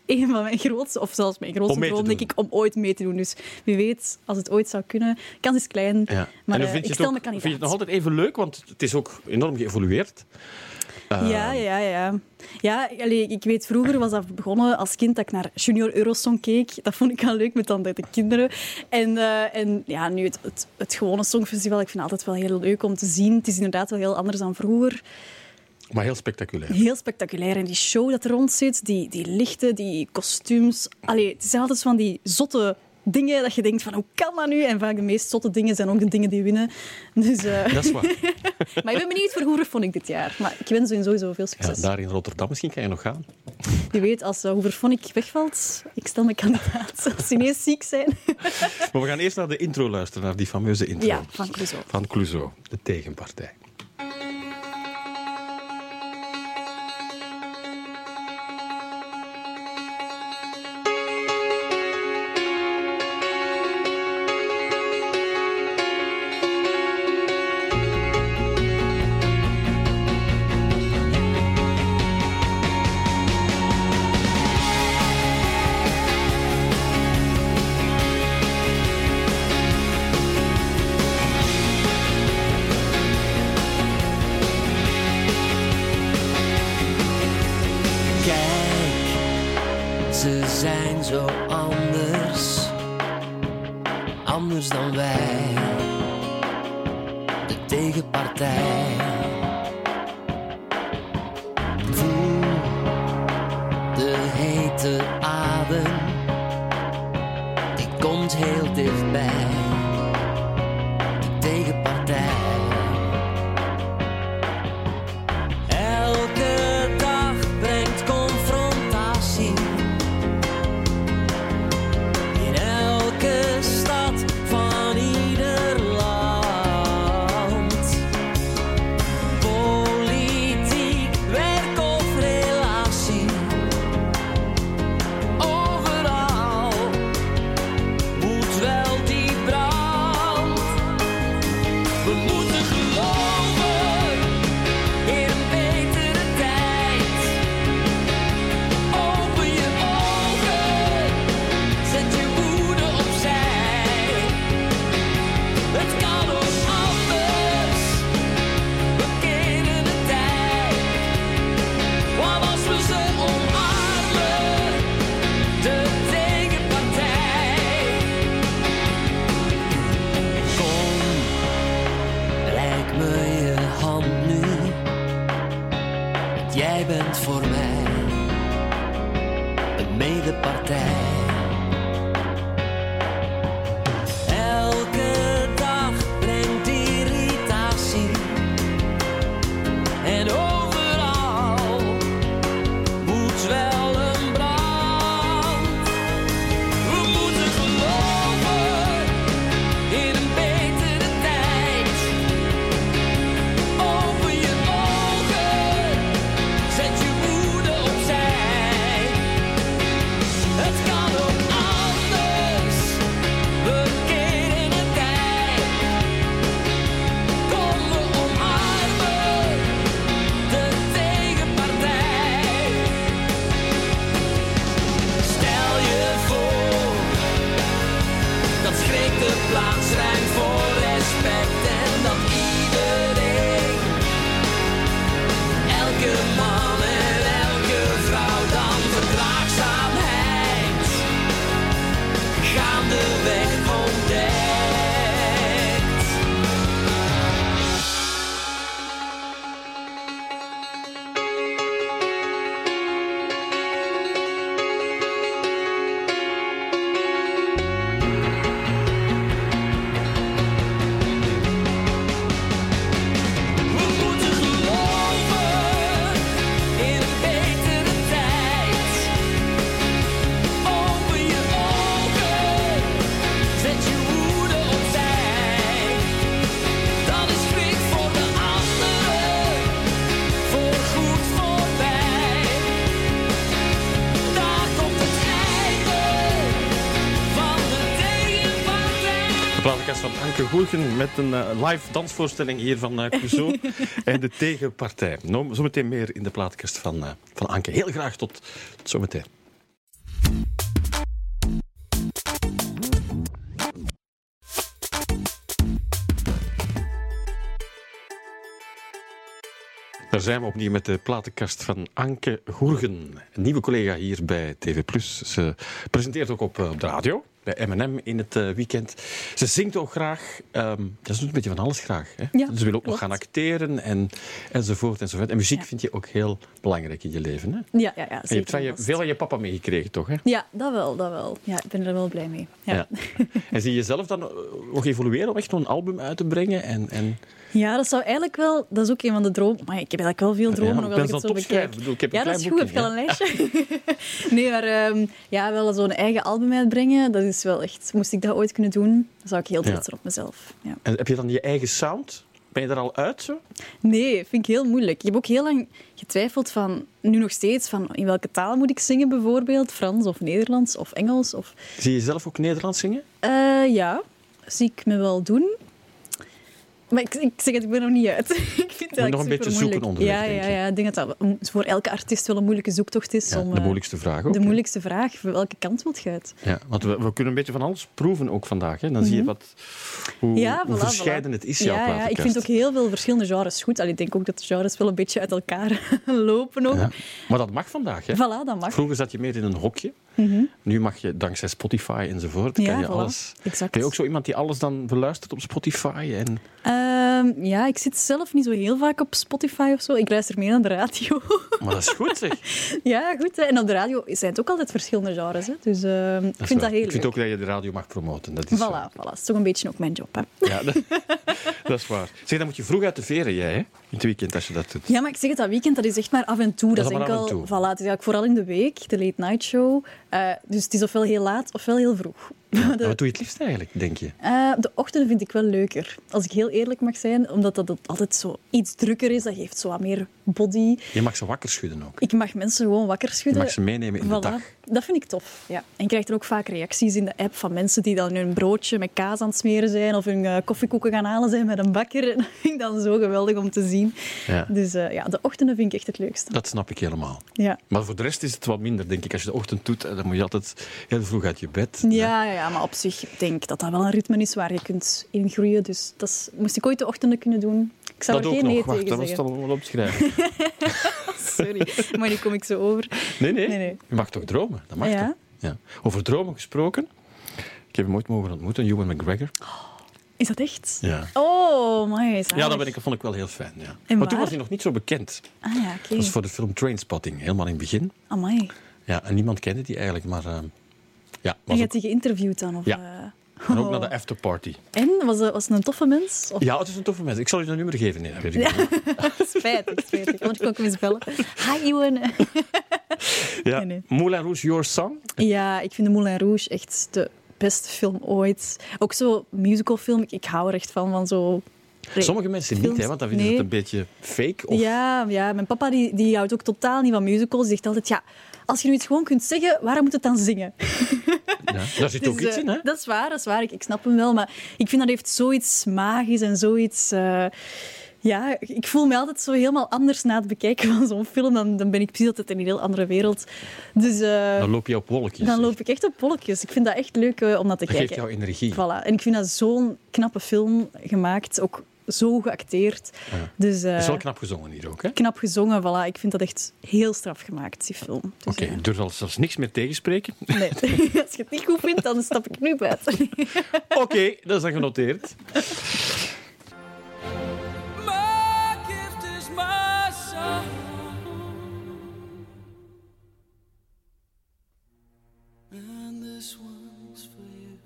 een van mijn grootste, of zelfs mijn grootste droom, denk ik, om ooit mee te doen. Dus wie weet, als het ooit zou kunnen. De kans is klein, Ja. maar en uh, vind je ik het stel ook, me kandidaat. Vind je het nog altijd even leuk? Want het is ook enorm geëvolueerd. Uh, Ja, ja, ja. ja allee, ik weet, vroeger was dat begonnen als kind dat ik naar Junior Eurosong keek. Dat vond ik al leuk met dan de kinderen. En, uh, en ja, nu het, het, het gewone Songfestival, ik vind het altijd wel heel leuk om te zien. Het is inderdaad wel heel anders dan vroeger. Maar heel spectaculair. Heel spectaculair. En die show dat er rond zit, die, die lichten, die kostuums. Allee, het zijn altijd van die zotte dingen dat je denkt van hoe kan dat nu? En vaak de meest zotte dingen zijn ook de dingen die winnen. Dus, uh... Dat is waar. maar ik ben benieuwd voor Hoeverphonic dit jaar. Maar ik wens hun sowieso veel Ja, succes. daar in Rotterdam misschien kan je nog gaan. Je weet, als uh, Hoeverphonic wegvalt, ik stel me kandidaat. Als ze ineens ziek zijn. Maar we gaan eerst naar de intro luisteren, naar die fameuze intro. Ja, van Clouseau. Van Clouseau, de tegenpartij. Ze zijn zo anders, anders dan wij, de tegenpartij. Voel de hete adem, die komt heel dichtbij, de tegenpartij. Elke dag brengt confrontatie. In elke stad van ieder land. Politiek, werk of relatie. Overal moet wel die brand. We moeten geloven in een betere tijd. Open je ogen, zet je woede opzij. Het kan ook anders, we keren de tijd. Wat als we ze omarmen, de tegenpartij. Kom, reik me je hand nu, want jij bent voor mij een medepartij. Elke dag brengt irritatie en overal moet wel een brand. We moeten geloven in een betere tijd. Open je ogen, zet je woede opzij. Het kan ook anders, we keren de tijd. Kom, we omarmen de tegenpartij. Stel je voor dat schrik de plaats ruimt voor respect en dat iedereen, elke man en elke vrouw dan verdraagzaamheid gaandeweg ontdekt. We moeten geloven in een betere tijd. Open je ogen, zet je woede opzij. Dat is schrik voor de anderen, voor goed voorbij. Daar komt het einde van de tegenpartij. De platenkast van Anke Goelgen met een uh, live dansvoorstelling hier van uh, Clouseau en de tegenpartij. Nou, zometeen meer in de platenkast van, uh, van Anke. Heel graag tot, tot zometeen. zijn we opnieuw met de platenkast van Anke Goergen. Een nieuwe collega hier bij T V plus. Ze presenteert ook op, op de radio, bij M en M in het uh, weekend. Ze zingt ook graag. Um, ze doet een beetje van alles graag. Hè? Ja, ze wil ook klopt. nog gaan acteren en, enzovoort enzovoort. En muziek Ja. vind je ook heel belangrijk in je leven. Hè? Ja, ja, ja. En je hebt zeker van je, vast. veel van je papa meegekregen, toch? Hè? Ja, dat wel, dat wel. Ja, ik ben er wel blij mee. Ja, Ja. En zie je jezelf dan uh, nog evolueren om echt nog een album uit te brengen? En, en... ja, dat zou eigenlijk wel... Dat is ook een van de dromen. Maar ik heb eigenlijk wel veel dromen, Ja, nog ik als ben ik het zo'n zo bekijk. topschrijver. Ik bedoel, ik heb een Ja, dat klein is goed. boekje, Heb je al een lijstje? Nee, maar um, ja, wel zo'n eigen album uitbrengen, dat is wel echt... Moest ik dat ooit kunnen doen, dan zou ik heel trots Ja. zijn op mezelf. Ja. En heb je dan je eigen sound? Ben je er al uit zo? Nee, vind ik heel moeilijk. Ik heb ook heel lang getwijfeld van... Nu nog steeds, van in welke taal moet ik zingen bijvoorbeeld? Frans of Nederlands of Engels? Of... Zie je zelf ook Nederlands zingen? Uh, ja, zie ik me wel doen. Maar ik, ik zeg het, ik ben er nog niet uit. Ik vind het Moet nog eigenlijk een beetje supermoeilijk. zoeken onderweg, Ja, denk ja, je? ja, ik denk dat dat voor elke artiest wel een moeilijke zoektocht is. Ja, om, de eh, moeilijkste vraag ook. de hè? moeilijkste vraag. Welke kant wilt je uit? Ja, want we, we kunnen een beetje van alles proeven ook vandaag. Hè. Dan zie je wat, hoe, Mhm. Ja, hoe voilà, verscheiden voilà. het is, jouw Ja, ja, ik platenkast. vind ook heel veel verschillende genres goed. Allee, ik denk ook dat de genres wel een beetje uit elkaar lopen. Ook. Ja. Maar dat mag vandaag. Hè. Voilà, dat mag. Vroeger zat je meer in een hokje. Mhm. Nu mag je dankzij Spotify enzovoort. Kan Ja, je voilà. alles. Exact. Ben je ook zo iemand die alles dan beluistert op Spotify? En... Ehm, ja, ik zit zelf niet zo heel vaak op Spotify of zo. Ik luister meer naar de radio. Maar dat is goed, zeg. Ja, goed. Hè. En op de radio zijn het ook altijd verschillende genres. Hè. Dus ehm, ik Dat is vind dat waar. heel Ik vind leuk. ook dat je de radio mag promoten. Dat is Voilà, zo. voilà. Dat is toch een beetje ook mijn job. Hè. Ja, dat, dat is waar. Zeg, dan moet je vroeg uit de veren, jij, hè? In het weekend, als je dat doet. Ja, maar ik zeg het, dat weekend dat is echt maar af en toe. Dat Dat, is is maar af enkel, en toe. voilà, het is eigenlijk vooral in de week, de late night show. Uh, dus het is ofwel heel laat ofwel heel vroeg. Ja, De, wat doe je het liefst eigenlijk, denk je? uh, de ochtenden vind ik wel leuker, als ik heel eerlijk mag zijn, omdat dat het altijd zo iets drukker is. Dat geeft zo wat meer body. Je mag ze wakker schudden ook. Ik mag mensen gewoon wakker Je schudden. mag ze meenemen in de Voilà. dag. Dat vind ik tof, ja. En je krijgt er ook vaak reacties in de app van mensen die dan hun broodje met kaas aan het smeren zijn of hun uh, koffiekoeken gaan halen zijn met een bakker. En dat vind ik dan zo geweldig om te zien. Ja. Dus uh, ja, de ochtenden vind ik echt het leukste. Dat snap ik helemaal. Ja. Maar voor de rest is het wat minder, denk ik. Als je de ochtend doet, dan moet je altijd heel vroeg uit je bed. Ja, ja, ja, maar op zich denk ik dat dat wel een ritme is waar je kunt in groeien. Dus dat is, moest ik ooit de ochtenden kunnen doen, ik zou Dat er ook geen nee nog. Wacht, tegen dat was zeggen. het al wel opschrijven. Sorry, maar nu kom ik zo over. Nee, nee, Nee, nee. Je mag toch dromen? Dat mag Ja? toch? Ja. Over dromen gesproken. Ik heb hem ooit mogen ontmoeten, Ewan McGregor. Is dat echt? Ja. Oh, my, Ja, dat, ben ik, dat vond ik wel heel fijn. Ja. En Maar waar? toen was hij nog niet zo bekend. Ah ja, oké. Dat was voor de film Trainspotting, helemaal in het begin. Amai. Ja, en niemand kende die eigenlijk, maar... uh, ja, En was je ook, hebt die geïnterviewd dan? Of, Ja. uh, en ook oh. naar de afterparty. En? Was het, was het een toffe mens? Of... Ja, het is een toffe mens. Ik zal je een nummer geven. Nee, dat weet ik Ja, niet. spijtig, spijtig. Want ik kon ik hem eens bellen. Hi, Ewan. Ja. Nee, nee. Moulin Rouge, Your Song. Ja, ik vind de Moulin Rouge echt de beste film ooit. Ook zo musicalfilm. Ik, ik hou er echt van, van zo... Sommige mensen niet, films- hè, want dan vinden ze nee. het een beetje fake. Of... Ja, ja, mijn papa die, die houdt ook totaal niet van musicals. Die zegt altijd, ja, als je nu iets gewoon kunt zeggen, waarom moet het dan zingen? Ja, daar zit ook Dus, iets eh, in, hè? Dat is waar, dat is waar. Ik, ik snap hem wel, maar ik vind dat heeft zoiets magisch en zoiets... uh, ja, ik voel me altijd zo helemaal anders na het bekijken van zo'n film. Dan, dan ben ik precies altijd in een heel andere wereld. Dus uh, Dan loop je op wolkjes. dan loop ik echt op wolkjes. Ik vind dat echt leuk uh, om dat te Dat kijken. geeft jou energie. Voilà. En ik vind dat zo'n knappe film gemaakt. Ook zo geacteerd. Ja. Dus, uh, Het is wel knap gezongen hier ook, hè? Oké, knap gezongen, voilà. Ik vind dat echt heel straf gemaakt, die film. Dus, ja. ik durf al zelfs niks meer tegenspreken. Nee. Als je het niet goed vindt, dan stap ik nu buiten. Oké, dat is dan genoteerd. My gift is my song. And this one's for you.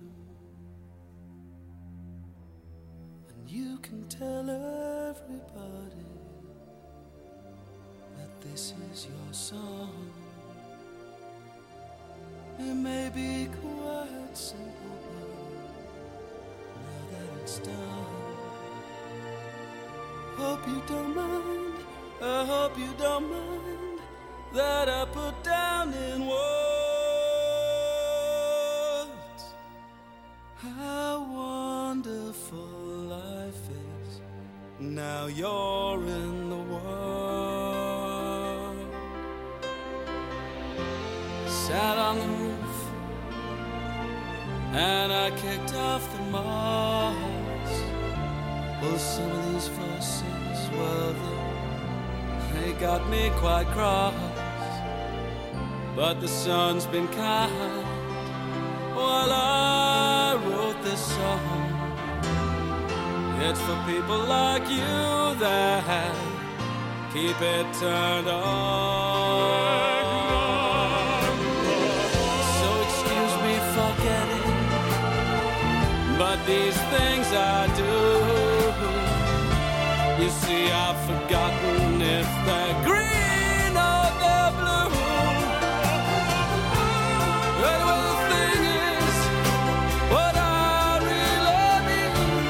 And you can tell everybody that this is your song. It may be quite simple, but now that it's done, hope you don't mind, I hope you don't mind that I put down in words how wonderful life is. Now you're in the world. Sat on the roof and I kicked off the moss. Well, some of these voices, well, they they got me quite cross. But the sun's been kind while I wrote this song. It's for people like you that keep it turned on. So excuse me for getting, but these things I do. You see, I've forgotten if they're green or they're blue. Anyway, the thing is, what I really mean,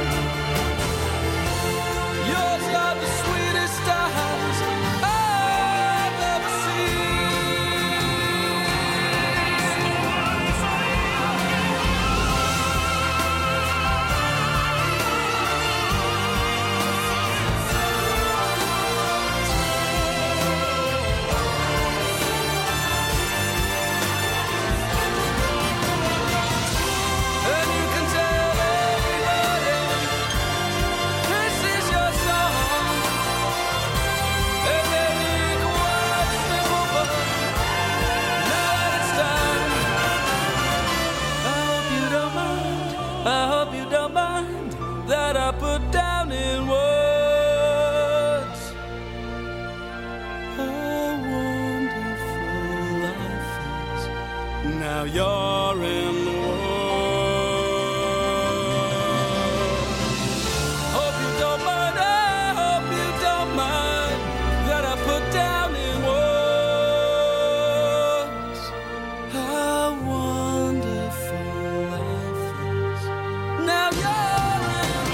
yours got the sweetest eyes I've ever now you're in the world. Hope you don't mind, I hope you don't mind that I put down in words how wonderful life is. Now you're in the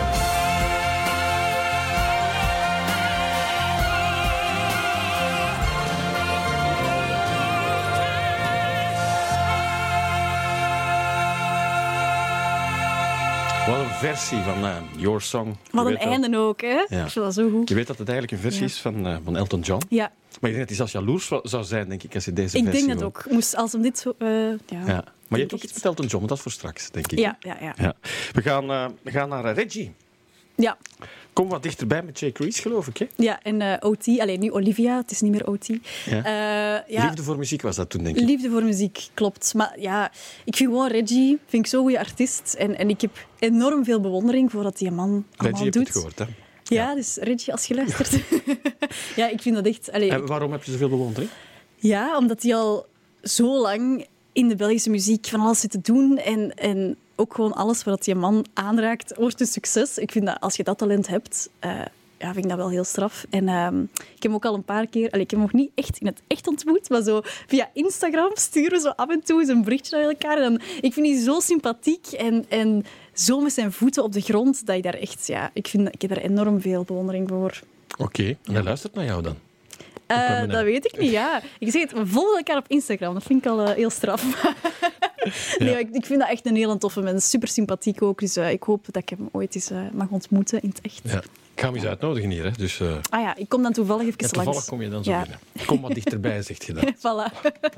Wat een versie van uh, Your Song. Wat Je een weet dat- einde ook, hè? Ja. Ik vind dat zo goed. Je weet dat het eigenlijk een versie Ja. is van, uh, van Elton John. Ja, Maar ik denk dat hij zelfs jaloers wa- zou zijn, denk ik, als je deze ik versie denk dat hoort. ook. Moest, als hem dit zo... eh, ja. Ja. Maar je hebt ook echt. iets met Elton John, maar dat is voor straks, denk ik. Ja, ja, ja. Ja. We, gaan, uh, we gaan naar uh, Reggie. Ja, Kom wat dichterbij met Jake Reese, geloof ik. Hè? ja. En uh, O T, alleen nu Olivia, het is niet meer O T. Ja. Eh, ja, Liefde voor muziek was dat toen, denk ik. Liefde voor muziek, klopt. Maar ja, ik vind gewoon Reggie vind ik zo'n goede artiest. En, en ik heb enorm veel bewondering voor wat die man allemaal Reggie, je hebt doet. het gehoord, hè? Ja, dus Reggie, als je luistert. Ja, ik vind dat echt... Allee, En waarom heb je zoveel bewondering? ja, omdat hij al zo lang in de Belgische muziek van alles zit te doen. En, en ook gewoon alles wat die man aanraakt, wordt een succes. Ik vind dat als je dat talent hebt, uh, ja, vind ik dat wel heel straf. En uh, ik heb hem ook al een paar keer... Allee, ik heb hem nog niet echt in het echt ontmoet, maar zo via Instagram sturen we zo af en toe eens een berichtje naar elkaar. En dan, ik vind die zo sympathiek en, en zo met zijn voeten op de grond, dat ik daar echt... Ja, ik, vind, ik heb daar enorm veel bewondering voor. Oké, okay. En hij luistert naar jou dan? Uh, dat weet ik niet, ja. Ik zeg het, we volgen elkaar op Instagram. Dat vind ik al uh, heel straf. Nee, ja. ik, ik vind dat echt een hele toffe mens. Super sympathiek ook. Dus uh, ik hoop dat ik hem ooit eens uh, mag ontmoeten in het echt. Ja. Ik ga hem eens uitnodigen hier. Hè. Dus, uh... Ah ja, ik kom dan toevallig even ja, langs. toevallig kom je dan zo ja. binnen. Kom wat dichterbij, zegt je dat. Voilà.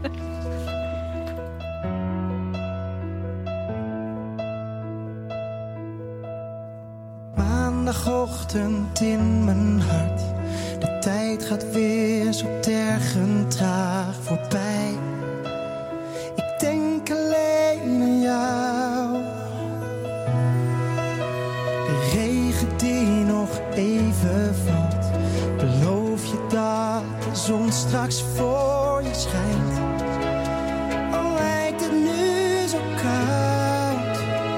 Maandagochtend in mijn hart. De tijd gaat weer zo tergend traag voorbij. Ik denk alleen aan jou. De regen die nog even valt. Beloof je dat de zon straks voor je schijnt. Al lijkt het nu zo koud.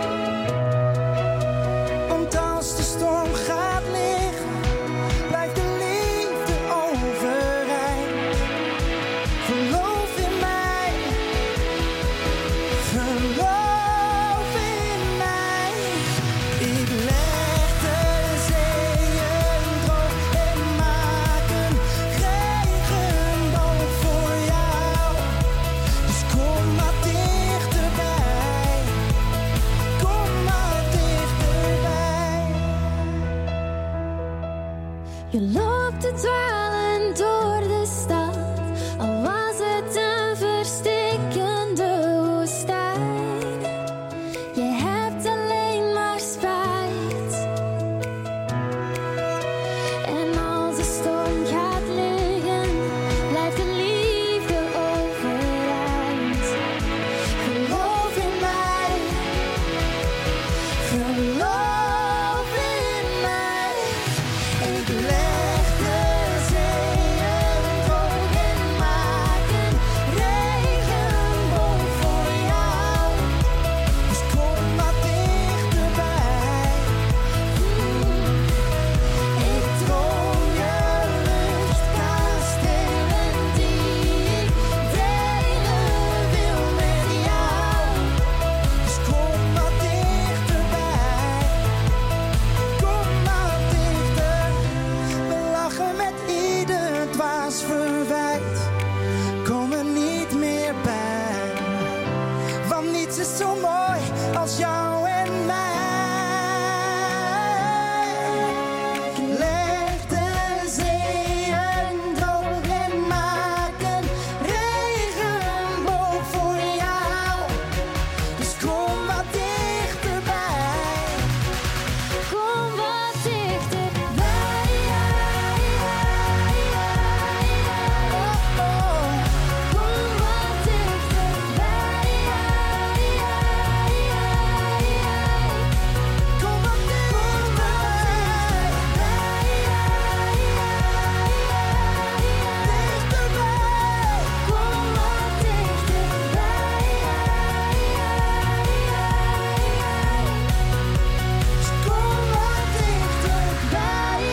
Want als de storm gaat liggen, blijft de liefde overeind. Geloof in mij, geloof in mij. Ik leg de zeeën droog en maak een regenboog voor jou. haast verwijt, kom er niet meer bij. Want niets is zo mooi als jou en mij. Leg de zeeën droog en maak een regenboog voor jou. Dus kom wat dichterbij. Kom wat dichterbij. Oh, oh. Kom wat dichterbij. Kom wat dichterbij. Kom wat dichterbij. Kom wat dichterbij.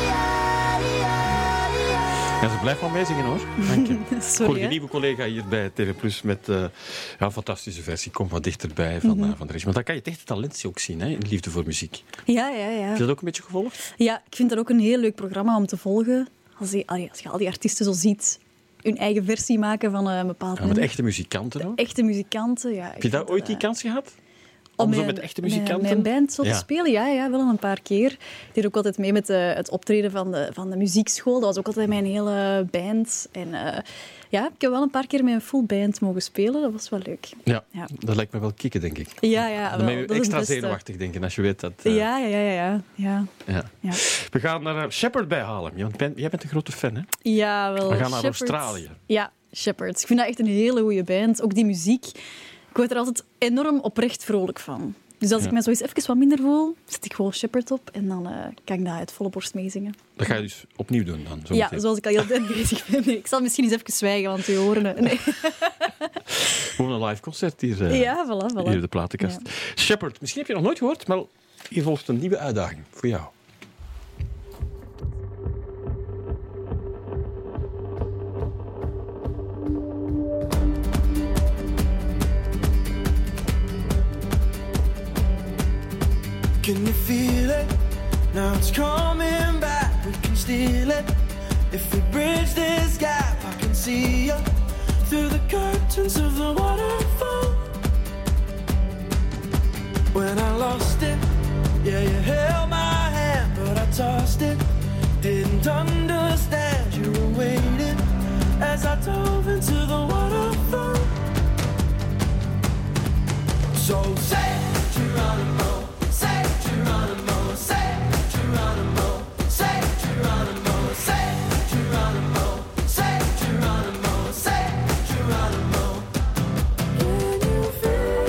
Ja, ze blijft wel meezingen hoor. Dank je. Sorry, Hoor je hè? nieuwe collega hier bij T V Plus met uh, ja, een fantastische versie. Kom wat dichterbij van, Mhm. uh, van de rest. Maar dan kan je het echte talent ook zien, hè, in liefde voor muziek. Ja, ja, ja. Heb je dat ook een beetje gevolgd? Ja, ik vind dat ook een heel leuk programma om te volgen. Als je, allee, als je al die artiesten zo ziet, hun eigen versie maken van uh, een bepaald Ja, met nummer. echte muzikanten ook. Echte muzikanten, ja. Heb je daar ooit die kans gehad? Om zo met echte muzikanten? Mijn band zo Ja. te spelen, ja, ja, wel een paar keer. Ik deed ook altijd mee met uh, het optreden van de, van de muziekschool. Dat was ook altijd mijn hele band. En uh, ja, ik heb wel een paar keer met een full band mogen spelen. Dat was wel leuk. Ja, Ja. dat lijkt me wel kicken, denk ik. Ja, ja. Dan wel, ben je dat is extra het beste. zenuwachtig, denk ik, als je weet dat... uh, Ja, ja, ja, ja, ja. ja. ja. ja. We gaan naar uh, Shepherd bij Haarlem. Jij bent, jij bent een grote fan, hè? Ja, wel. We gaan naar Shepherds. Australië. Ja, Shepherds. Ik vind dat echt een hele goede band. Ook die muziek. Ik word er altijd enorm oprecht vrolijk van. Dus als Ja. ik me zo eens even wat minder voel, zet ik gewoon Shepherd op en dan uh, kan ik dat uit volle borst meezingen. Dat ga je dus opnieuw doen dan? Zo Ja, meteen. zoals ik al heel de tijd bezig ben. Nee, ik zal misschien eens even zwijgen, want u horen het. Nee. Gewoon een live concert hier, uh, Ja, voilà, voilà. hier op de platenkast. Shepherd, misschien heb je nog nooit gehoord, maar hier volgt een nieuwe uitdaging voor jou. Can you feel it? Now it's coming back. We can steal it. If we bridge this gap, I can see you through the curtains of the waterfall. When I lost it, yeah, you held my hand, but I tossed it. Didn't understand you were waiting as I dove into the waterfall. So say, Geronimo, say, Geronimo, say, Geronimo, say, Geronimo, say, Geronimo, say, Geronimo, say, Geronimo. Can you feel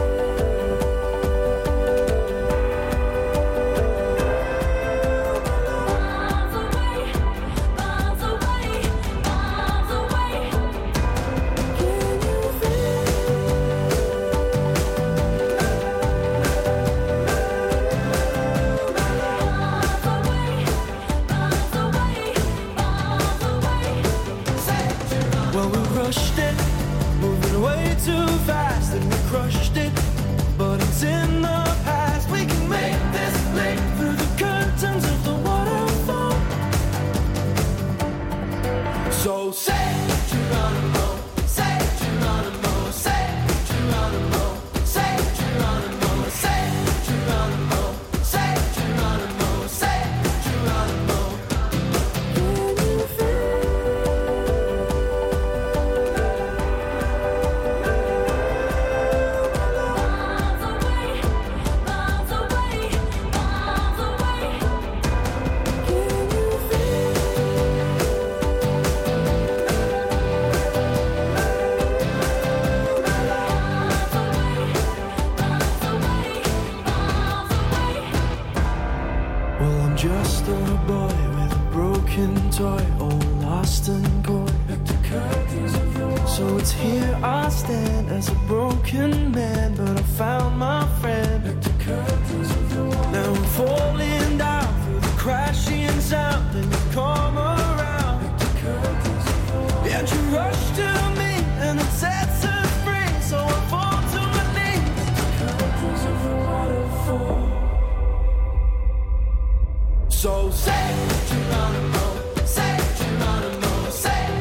miles away, miles away, miles away? Can you feel Miles away, miles away, miles away. Well, we rushed it, moving way too fast, and we crushed it. But it's in the past. We can make this leap through the curtains of the waterfall. So say, Geronimo, say, Geronimo, say, Geronimo, say, Geronimo, say, Geronimo, say, Geronimo, say, Geronimo. Can you feel? Miles away, miles away, miles away. Can you feel? Miles away, miles away, miles away. Well, I'm just a boy with a broken toy, all lost and coy. So it's here I stand as a broken man, but I found my friend. Now I'm falling down through the crashing sound, and you come around. And you rush to me, and it sets us free. So I fall to my knees. So say, Geronimo, say, Geronimo, say,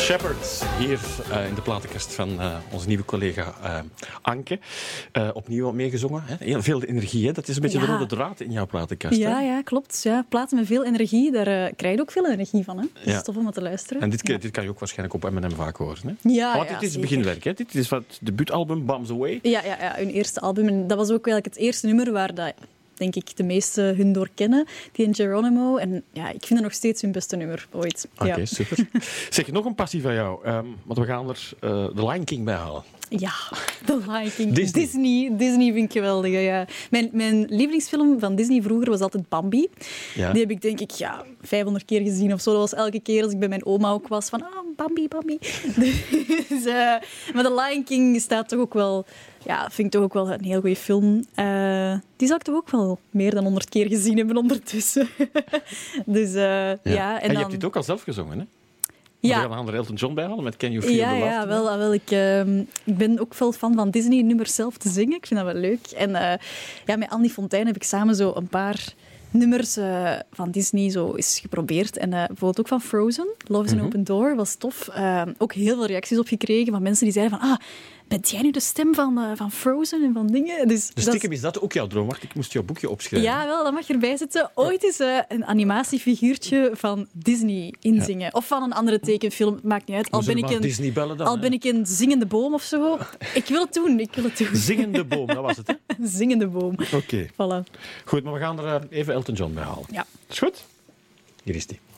Shepherd, hier uh, in de platenkast van uh, onze nieuwe collega uh, Anke. Uh, opnieuw meegezongen. Hè? Heel veel energie, hè? Dat is een beetje ja. de rode draad in jouw platenkast. Ja, hè? ja, klopt. Ja, platen met veel energie, daar uh, krijg je ook veel energie van. Hè? Dat is ja. tof om naar te luisteren. En dit, ja. dit kan je ook waarschijnlijk op M en M vaak horen. Hè? Ja, Want ja, dit is zeker. het beginwerk, hè? Dit is van het debuutalbum Bombs Away. Ja, ja, ja, hun eerste album. En dat was ook eigenlijk het eerste nummer waar dat, denk ik, de meesten hun door kennen. Die in Geronimo. En ja, ik vind het nog steeds hun beste nummer ooit. Oké, okay, ja. super. Zeg, nog een passie van jou. Um, want we gaan er uh, The Lion King bij halen. Ja, The Lion King. Disney. Disney, Disney vind ik geweldig. Ja. Mijn, mijn lievelingsfilm van Disney vroeger was altijd Bambi. Ja. Die heb ik denk ik ja, vijfhonderd keer gezien of zo. Dat was elke keer als ik bij mijn oma ook was van ah, Bambi, Bambi. Dus, uh, maar The Lion King staat toch ook wel... Ja, vind ik toch ook wel een heel goede film. Uh, die zou ik toch ook wel meer dan honderd keer gezien hebben ondertussen. Dus uh, ja. ja. En, en je dan... hebt dit ook al zelf gezongen, hè? Ja. We gaan een andere Elton John bijhalen met Can You Feel ja, the Love? Ja, wel, wel ik, uh, ik ben ook veel fan van Disney-nummers zelf te zingen. Ik vind dat wel leuk. En uh, ja, met Andy Fontijn heb ik samen zo een paar nummers uh, van Disney zo eens geprobeerd. En uh, bijvoorbeeld ook van Frozen, Love is an Mm-hmm. Open Door, was tof. Uh, ook heel veel reacties op gekregen van mensen die zeiden van... Ah, bent jij nu de stem van, uh, van Frozen en van dingen? Dus, dus stiekem is dat ook jouw droom. Wacht, ik moest jouw boekje opschrijven. Ja, wel, dat mag erbij zitten. Ooit is uh, een animatiefiguurtje van Disney inzingen. Ja. Of van een andere tekenfilm, maakt niet uit. Al, ben ik, een, Disney bellen dan, al ben ik een zingende boom of zo. Ik wil het doen, ik wil het doen. Zingende boom, dat was het, hè? Zingende boom. Oké. Okay. Voilà. Goed, maar we gaan er uh, even Elton John bij halen. Ja. Is goed? Hier is die.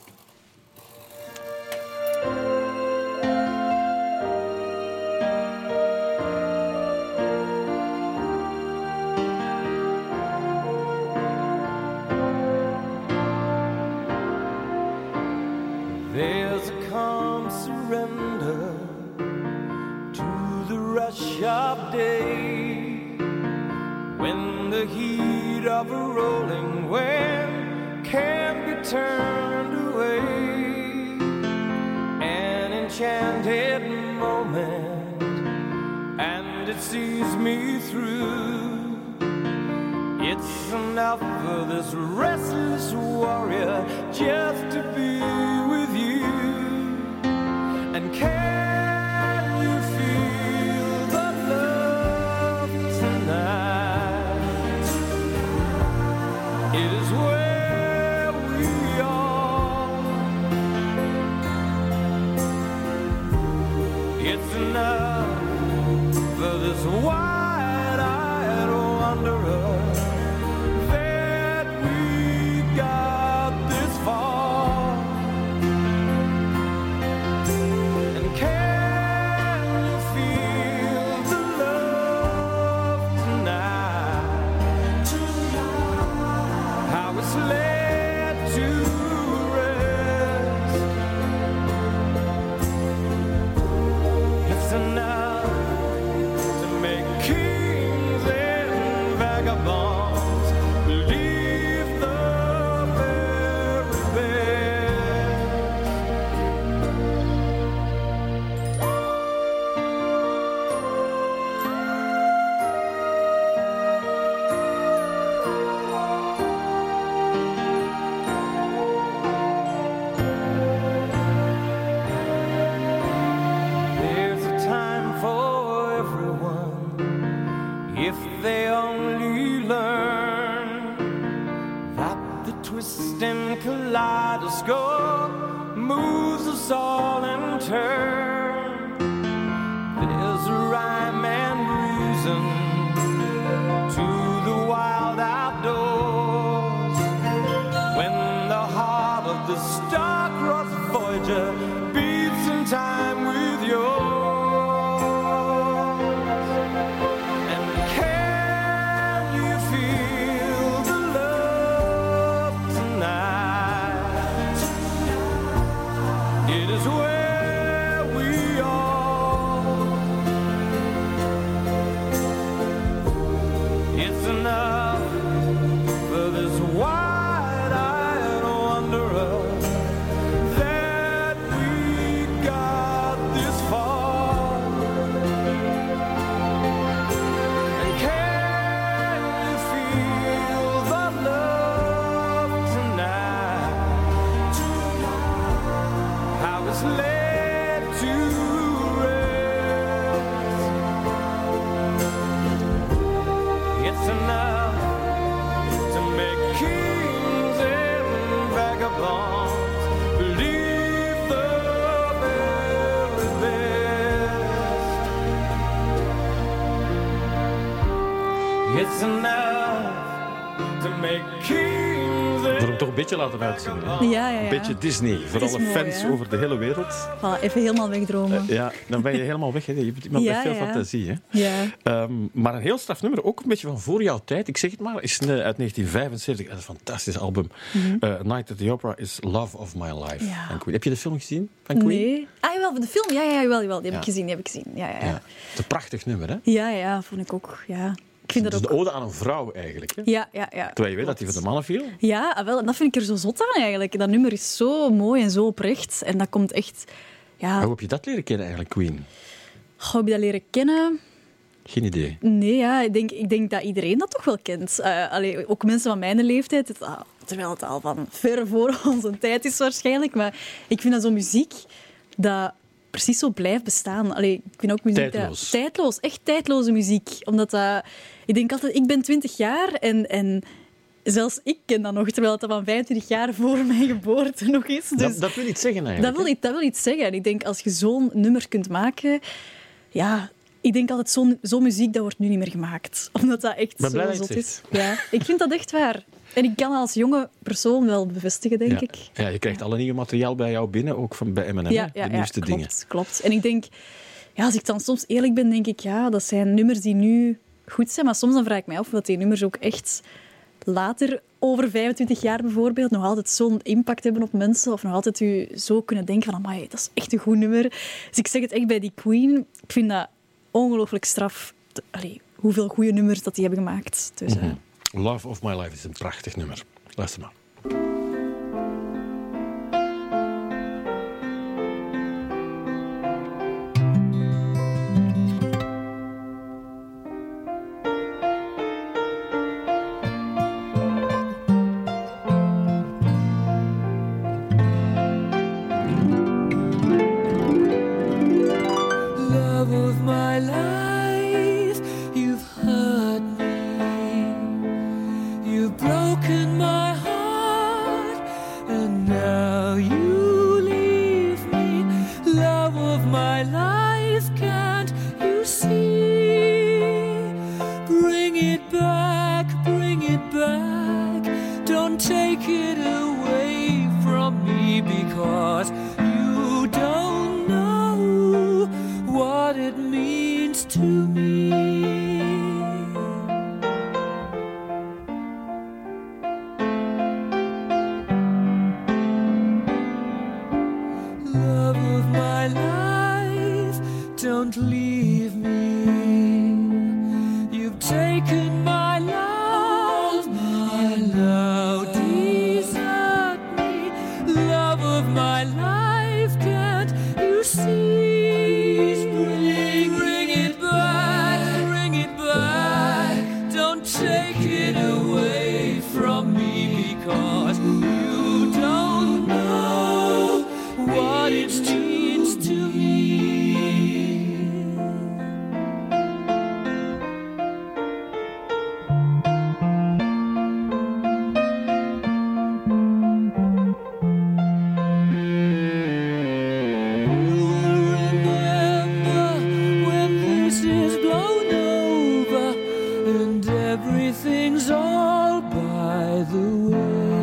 There's a calm surrender to the rush of day, when the heat of a rolling wave can't be turned away. An enchanted moment, and it sees me through. It's enough for this restless warrior just to be with you. And can you feel the love tonight? It is where we are. It's enough for this wide-eyed wanderer. Moves us all in turn. There's a rhyme and reason to the wild outdoors. When the heart of the star-crossed Voyager beats in time with yours. Far It's enough to make kings. Voor hem toch een beetje laten uitzingen. Hè? Ja, ja, ja. Een beetje Disney. Voor is alle mooi, fans hè? over de hele wereld. Voilà, even helemaal wegdromen. Ja, dan ben je helemaal weg. Hè. Je hebt iemand Ja, met veel ja. fantasie. Hè. Ja. Um, maar een heel straf nummer, ook een beetje van voor jouw tijd. Ik zeg het maar, is uh, uit negentien vijfenzeventig. Dat is een fantastisch album. Mhm. uh, Night at the Opera is Love of My Life. Ja. Van Queen. Heb je de film gezien van Queen? Nee. Ah, jawel, de film. Ja, ja, jawel, jawel. Die heb Ja. ik gezien, die heb ik gezien. Ja, ja, ja. Ja. Het is een prachtig nummer, hè? Ja, ja, vond ik ook. Ja. Ik vind Het dat is ook... een ode aan een vrouw, eigenlijk. Hè? Ja, ja, ja. Terwijl je weet dat hij voor de mannen viel. Ja, ah, wel, en dat vind ik er zo zot aan eigenlijk. Dat nummer is zo mooi en zo oprecht. En dat komt echt... Ja, Hoe heb je dat leren kennen, eigenlijk, Queen? Goh, heb je dat leren kennen? Geen idee. Nee, ja, ik, denk, ik denk dat iedereen dat toch wel kent. Uh, allee, ook mensen van mijn leeftijd. Het, ah, terwijl het al van ver voor onze tijd is waarschijnlijk. Maar ik vind dat zo'n muziek dat precies zo blijft bestaan. Allee, ik vind ook muziek Tijdloos. Dat, tijdloos. Echt tijdloze muziek. Omdat dat... Ik denk altijd, ik ben twintig jaar en... en zelfs ik ken dat nog, terwijl het van vijfentwintig jaar voor mijn geboorte nog is. Dus Dat, dat wil iets zeggen, eigenlijk. dat wil, iets, dat wil iets zeggen. En ik denk, als je zo'n nummer kunt maken... Ja, ik denk altijd, zo'n zo'n muziek, dat wordt nu niet meer gemaakt. Omdat dat echt ben zo blij dat je zot het is. Ja, ik vind dat echt waar. En ik kan dat als jonge persoon wel bevestigen, denk ja. ik. Ja, je krijgt alle nieuwe materiaal bij jou binnen, ook van bij M en M, Ja, hè? ja, de ja, nieuwste klopt, dingen. klopt. En ik denk, ja, als ik dan soms eerlijk ben, denk ik, ja, dat zijn nummers die nu goed zijn. Maar soms dan vraag ik mij af of dat die nummers ook echt later, over vijfentwintig jaar bijvoorbeeld, nog altijd zo'n impact hebben op mensen. Of nog altijd u zo kunnen denken van, amai, dat is echt een goed nummer. Dus ik zeg het echt bij die Queen. Ik vind dat ongelooflijk straf. Allee, hoeveel goede nummers dat die hebben gemaakt. Dus, uh, Mm-hmm. Love of My Life is een prachtig nummer. Luister maar. Love of my life, you've hurt me. You've broken my heart, and now you leave me. Love of my life, can't you see? Bring it back, bring it back. Don't take it away from me, because you don't know what it means to me. Love of my life, don't leave me. You've taken my love, you now desert me. Love of my life, can't you see? Bring, bring it back, bring it back. Don't take it away from me, because you don't know what it means to me. Remember when this is blown over and everything's all by the way.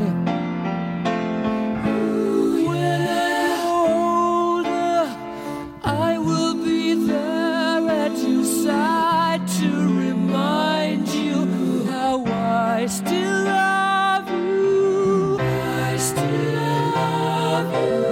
When I'm older, I will be there at your side to remind you how I still love you. I still love you.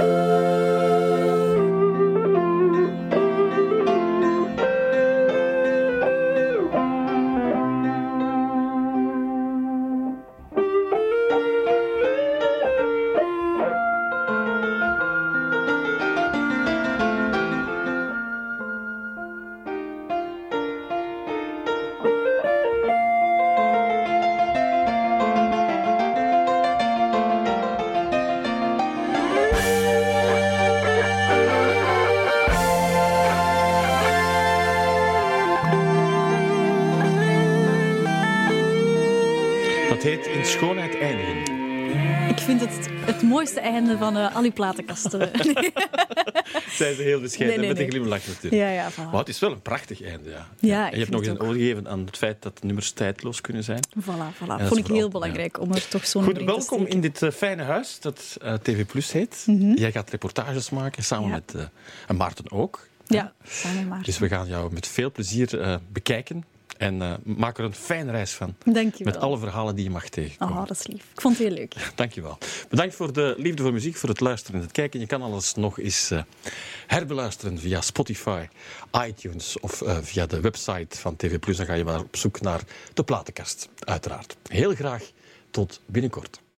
Dat heet In Schoonheid Eindigen. ik vind het het mooiste einde van uh, al die platenkasten. Zijn ze heel bescheiden Nee, nee, met nee. een glimlach natuurlijk. Ja, ja, voilà. Maar het is wel een prachtig einde. Ja. Ja, en ik je hebt vind nog het een ook. ode gegeven aan het feit dat nummers tijdloos kunnen zijn. Voilà, voilà. dat is Vond ik vooral- heel belangrijk om er toch zo'n Goed, nummer in te welkom steken. in dit uh, fijne huis dat uh, T V Plus heet. Jij gaat reportages maken samen Ja. met uh, en Maarten ook. Ja, samen maar. Dus we gaan jou met veel plezier uh, bekijken en uh, maak er een fijne reis van. Dank je wel. Met alle verhalen die je mag tegenkomen. Oh, dat is lief. Ik vond het heel leuk. Dank je wel. Bedankt voor de liefde voor muziek, voor het luisteren en het kijken. Je kan alles nog eens uh, herbeluisteren via Spotify, iTunes of uh, via de website van T V Plus. Dan ga je maar op zoek naar de platenkast, uiteraard. Heel graag tot binnenkort.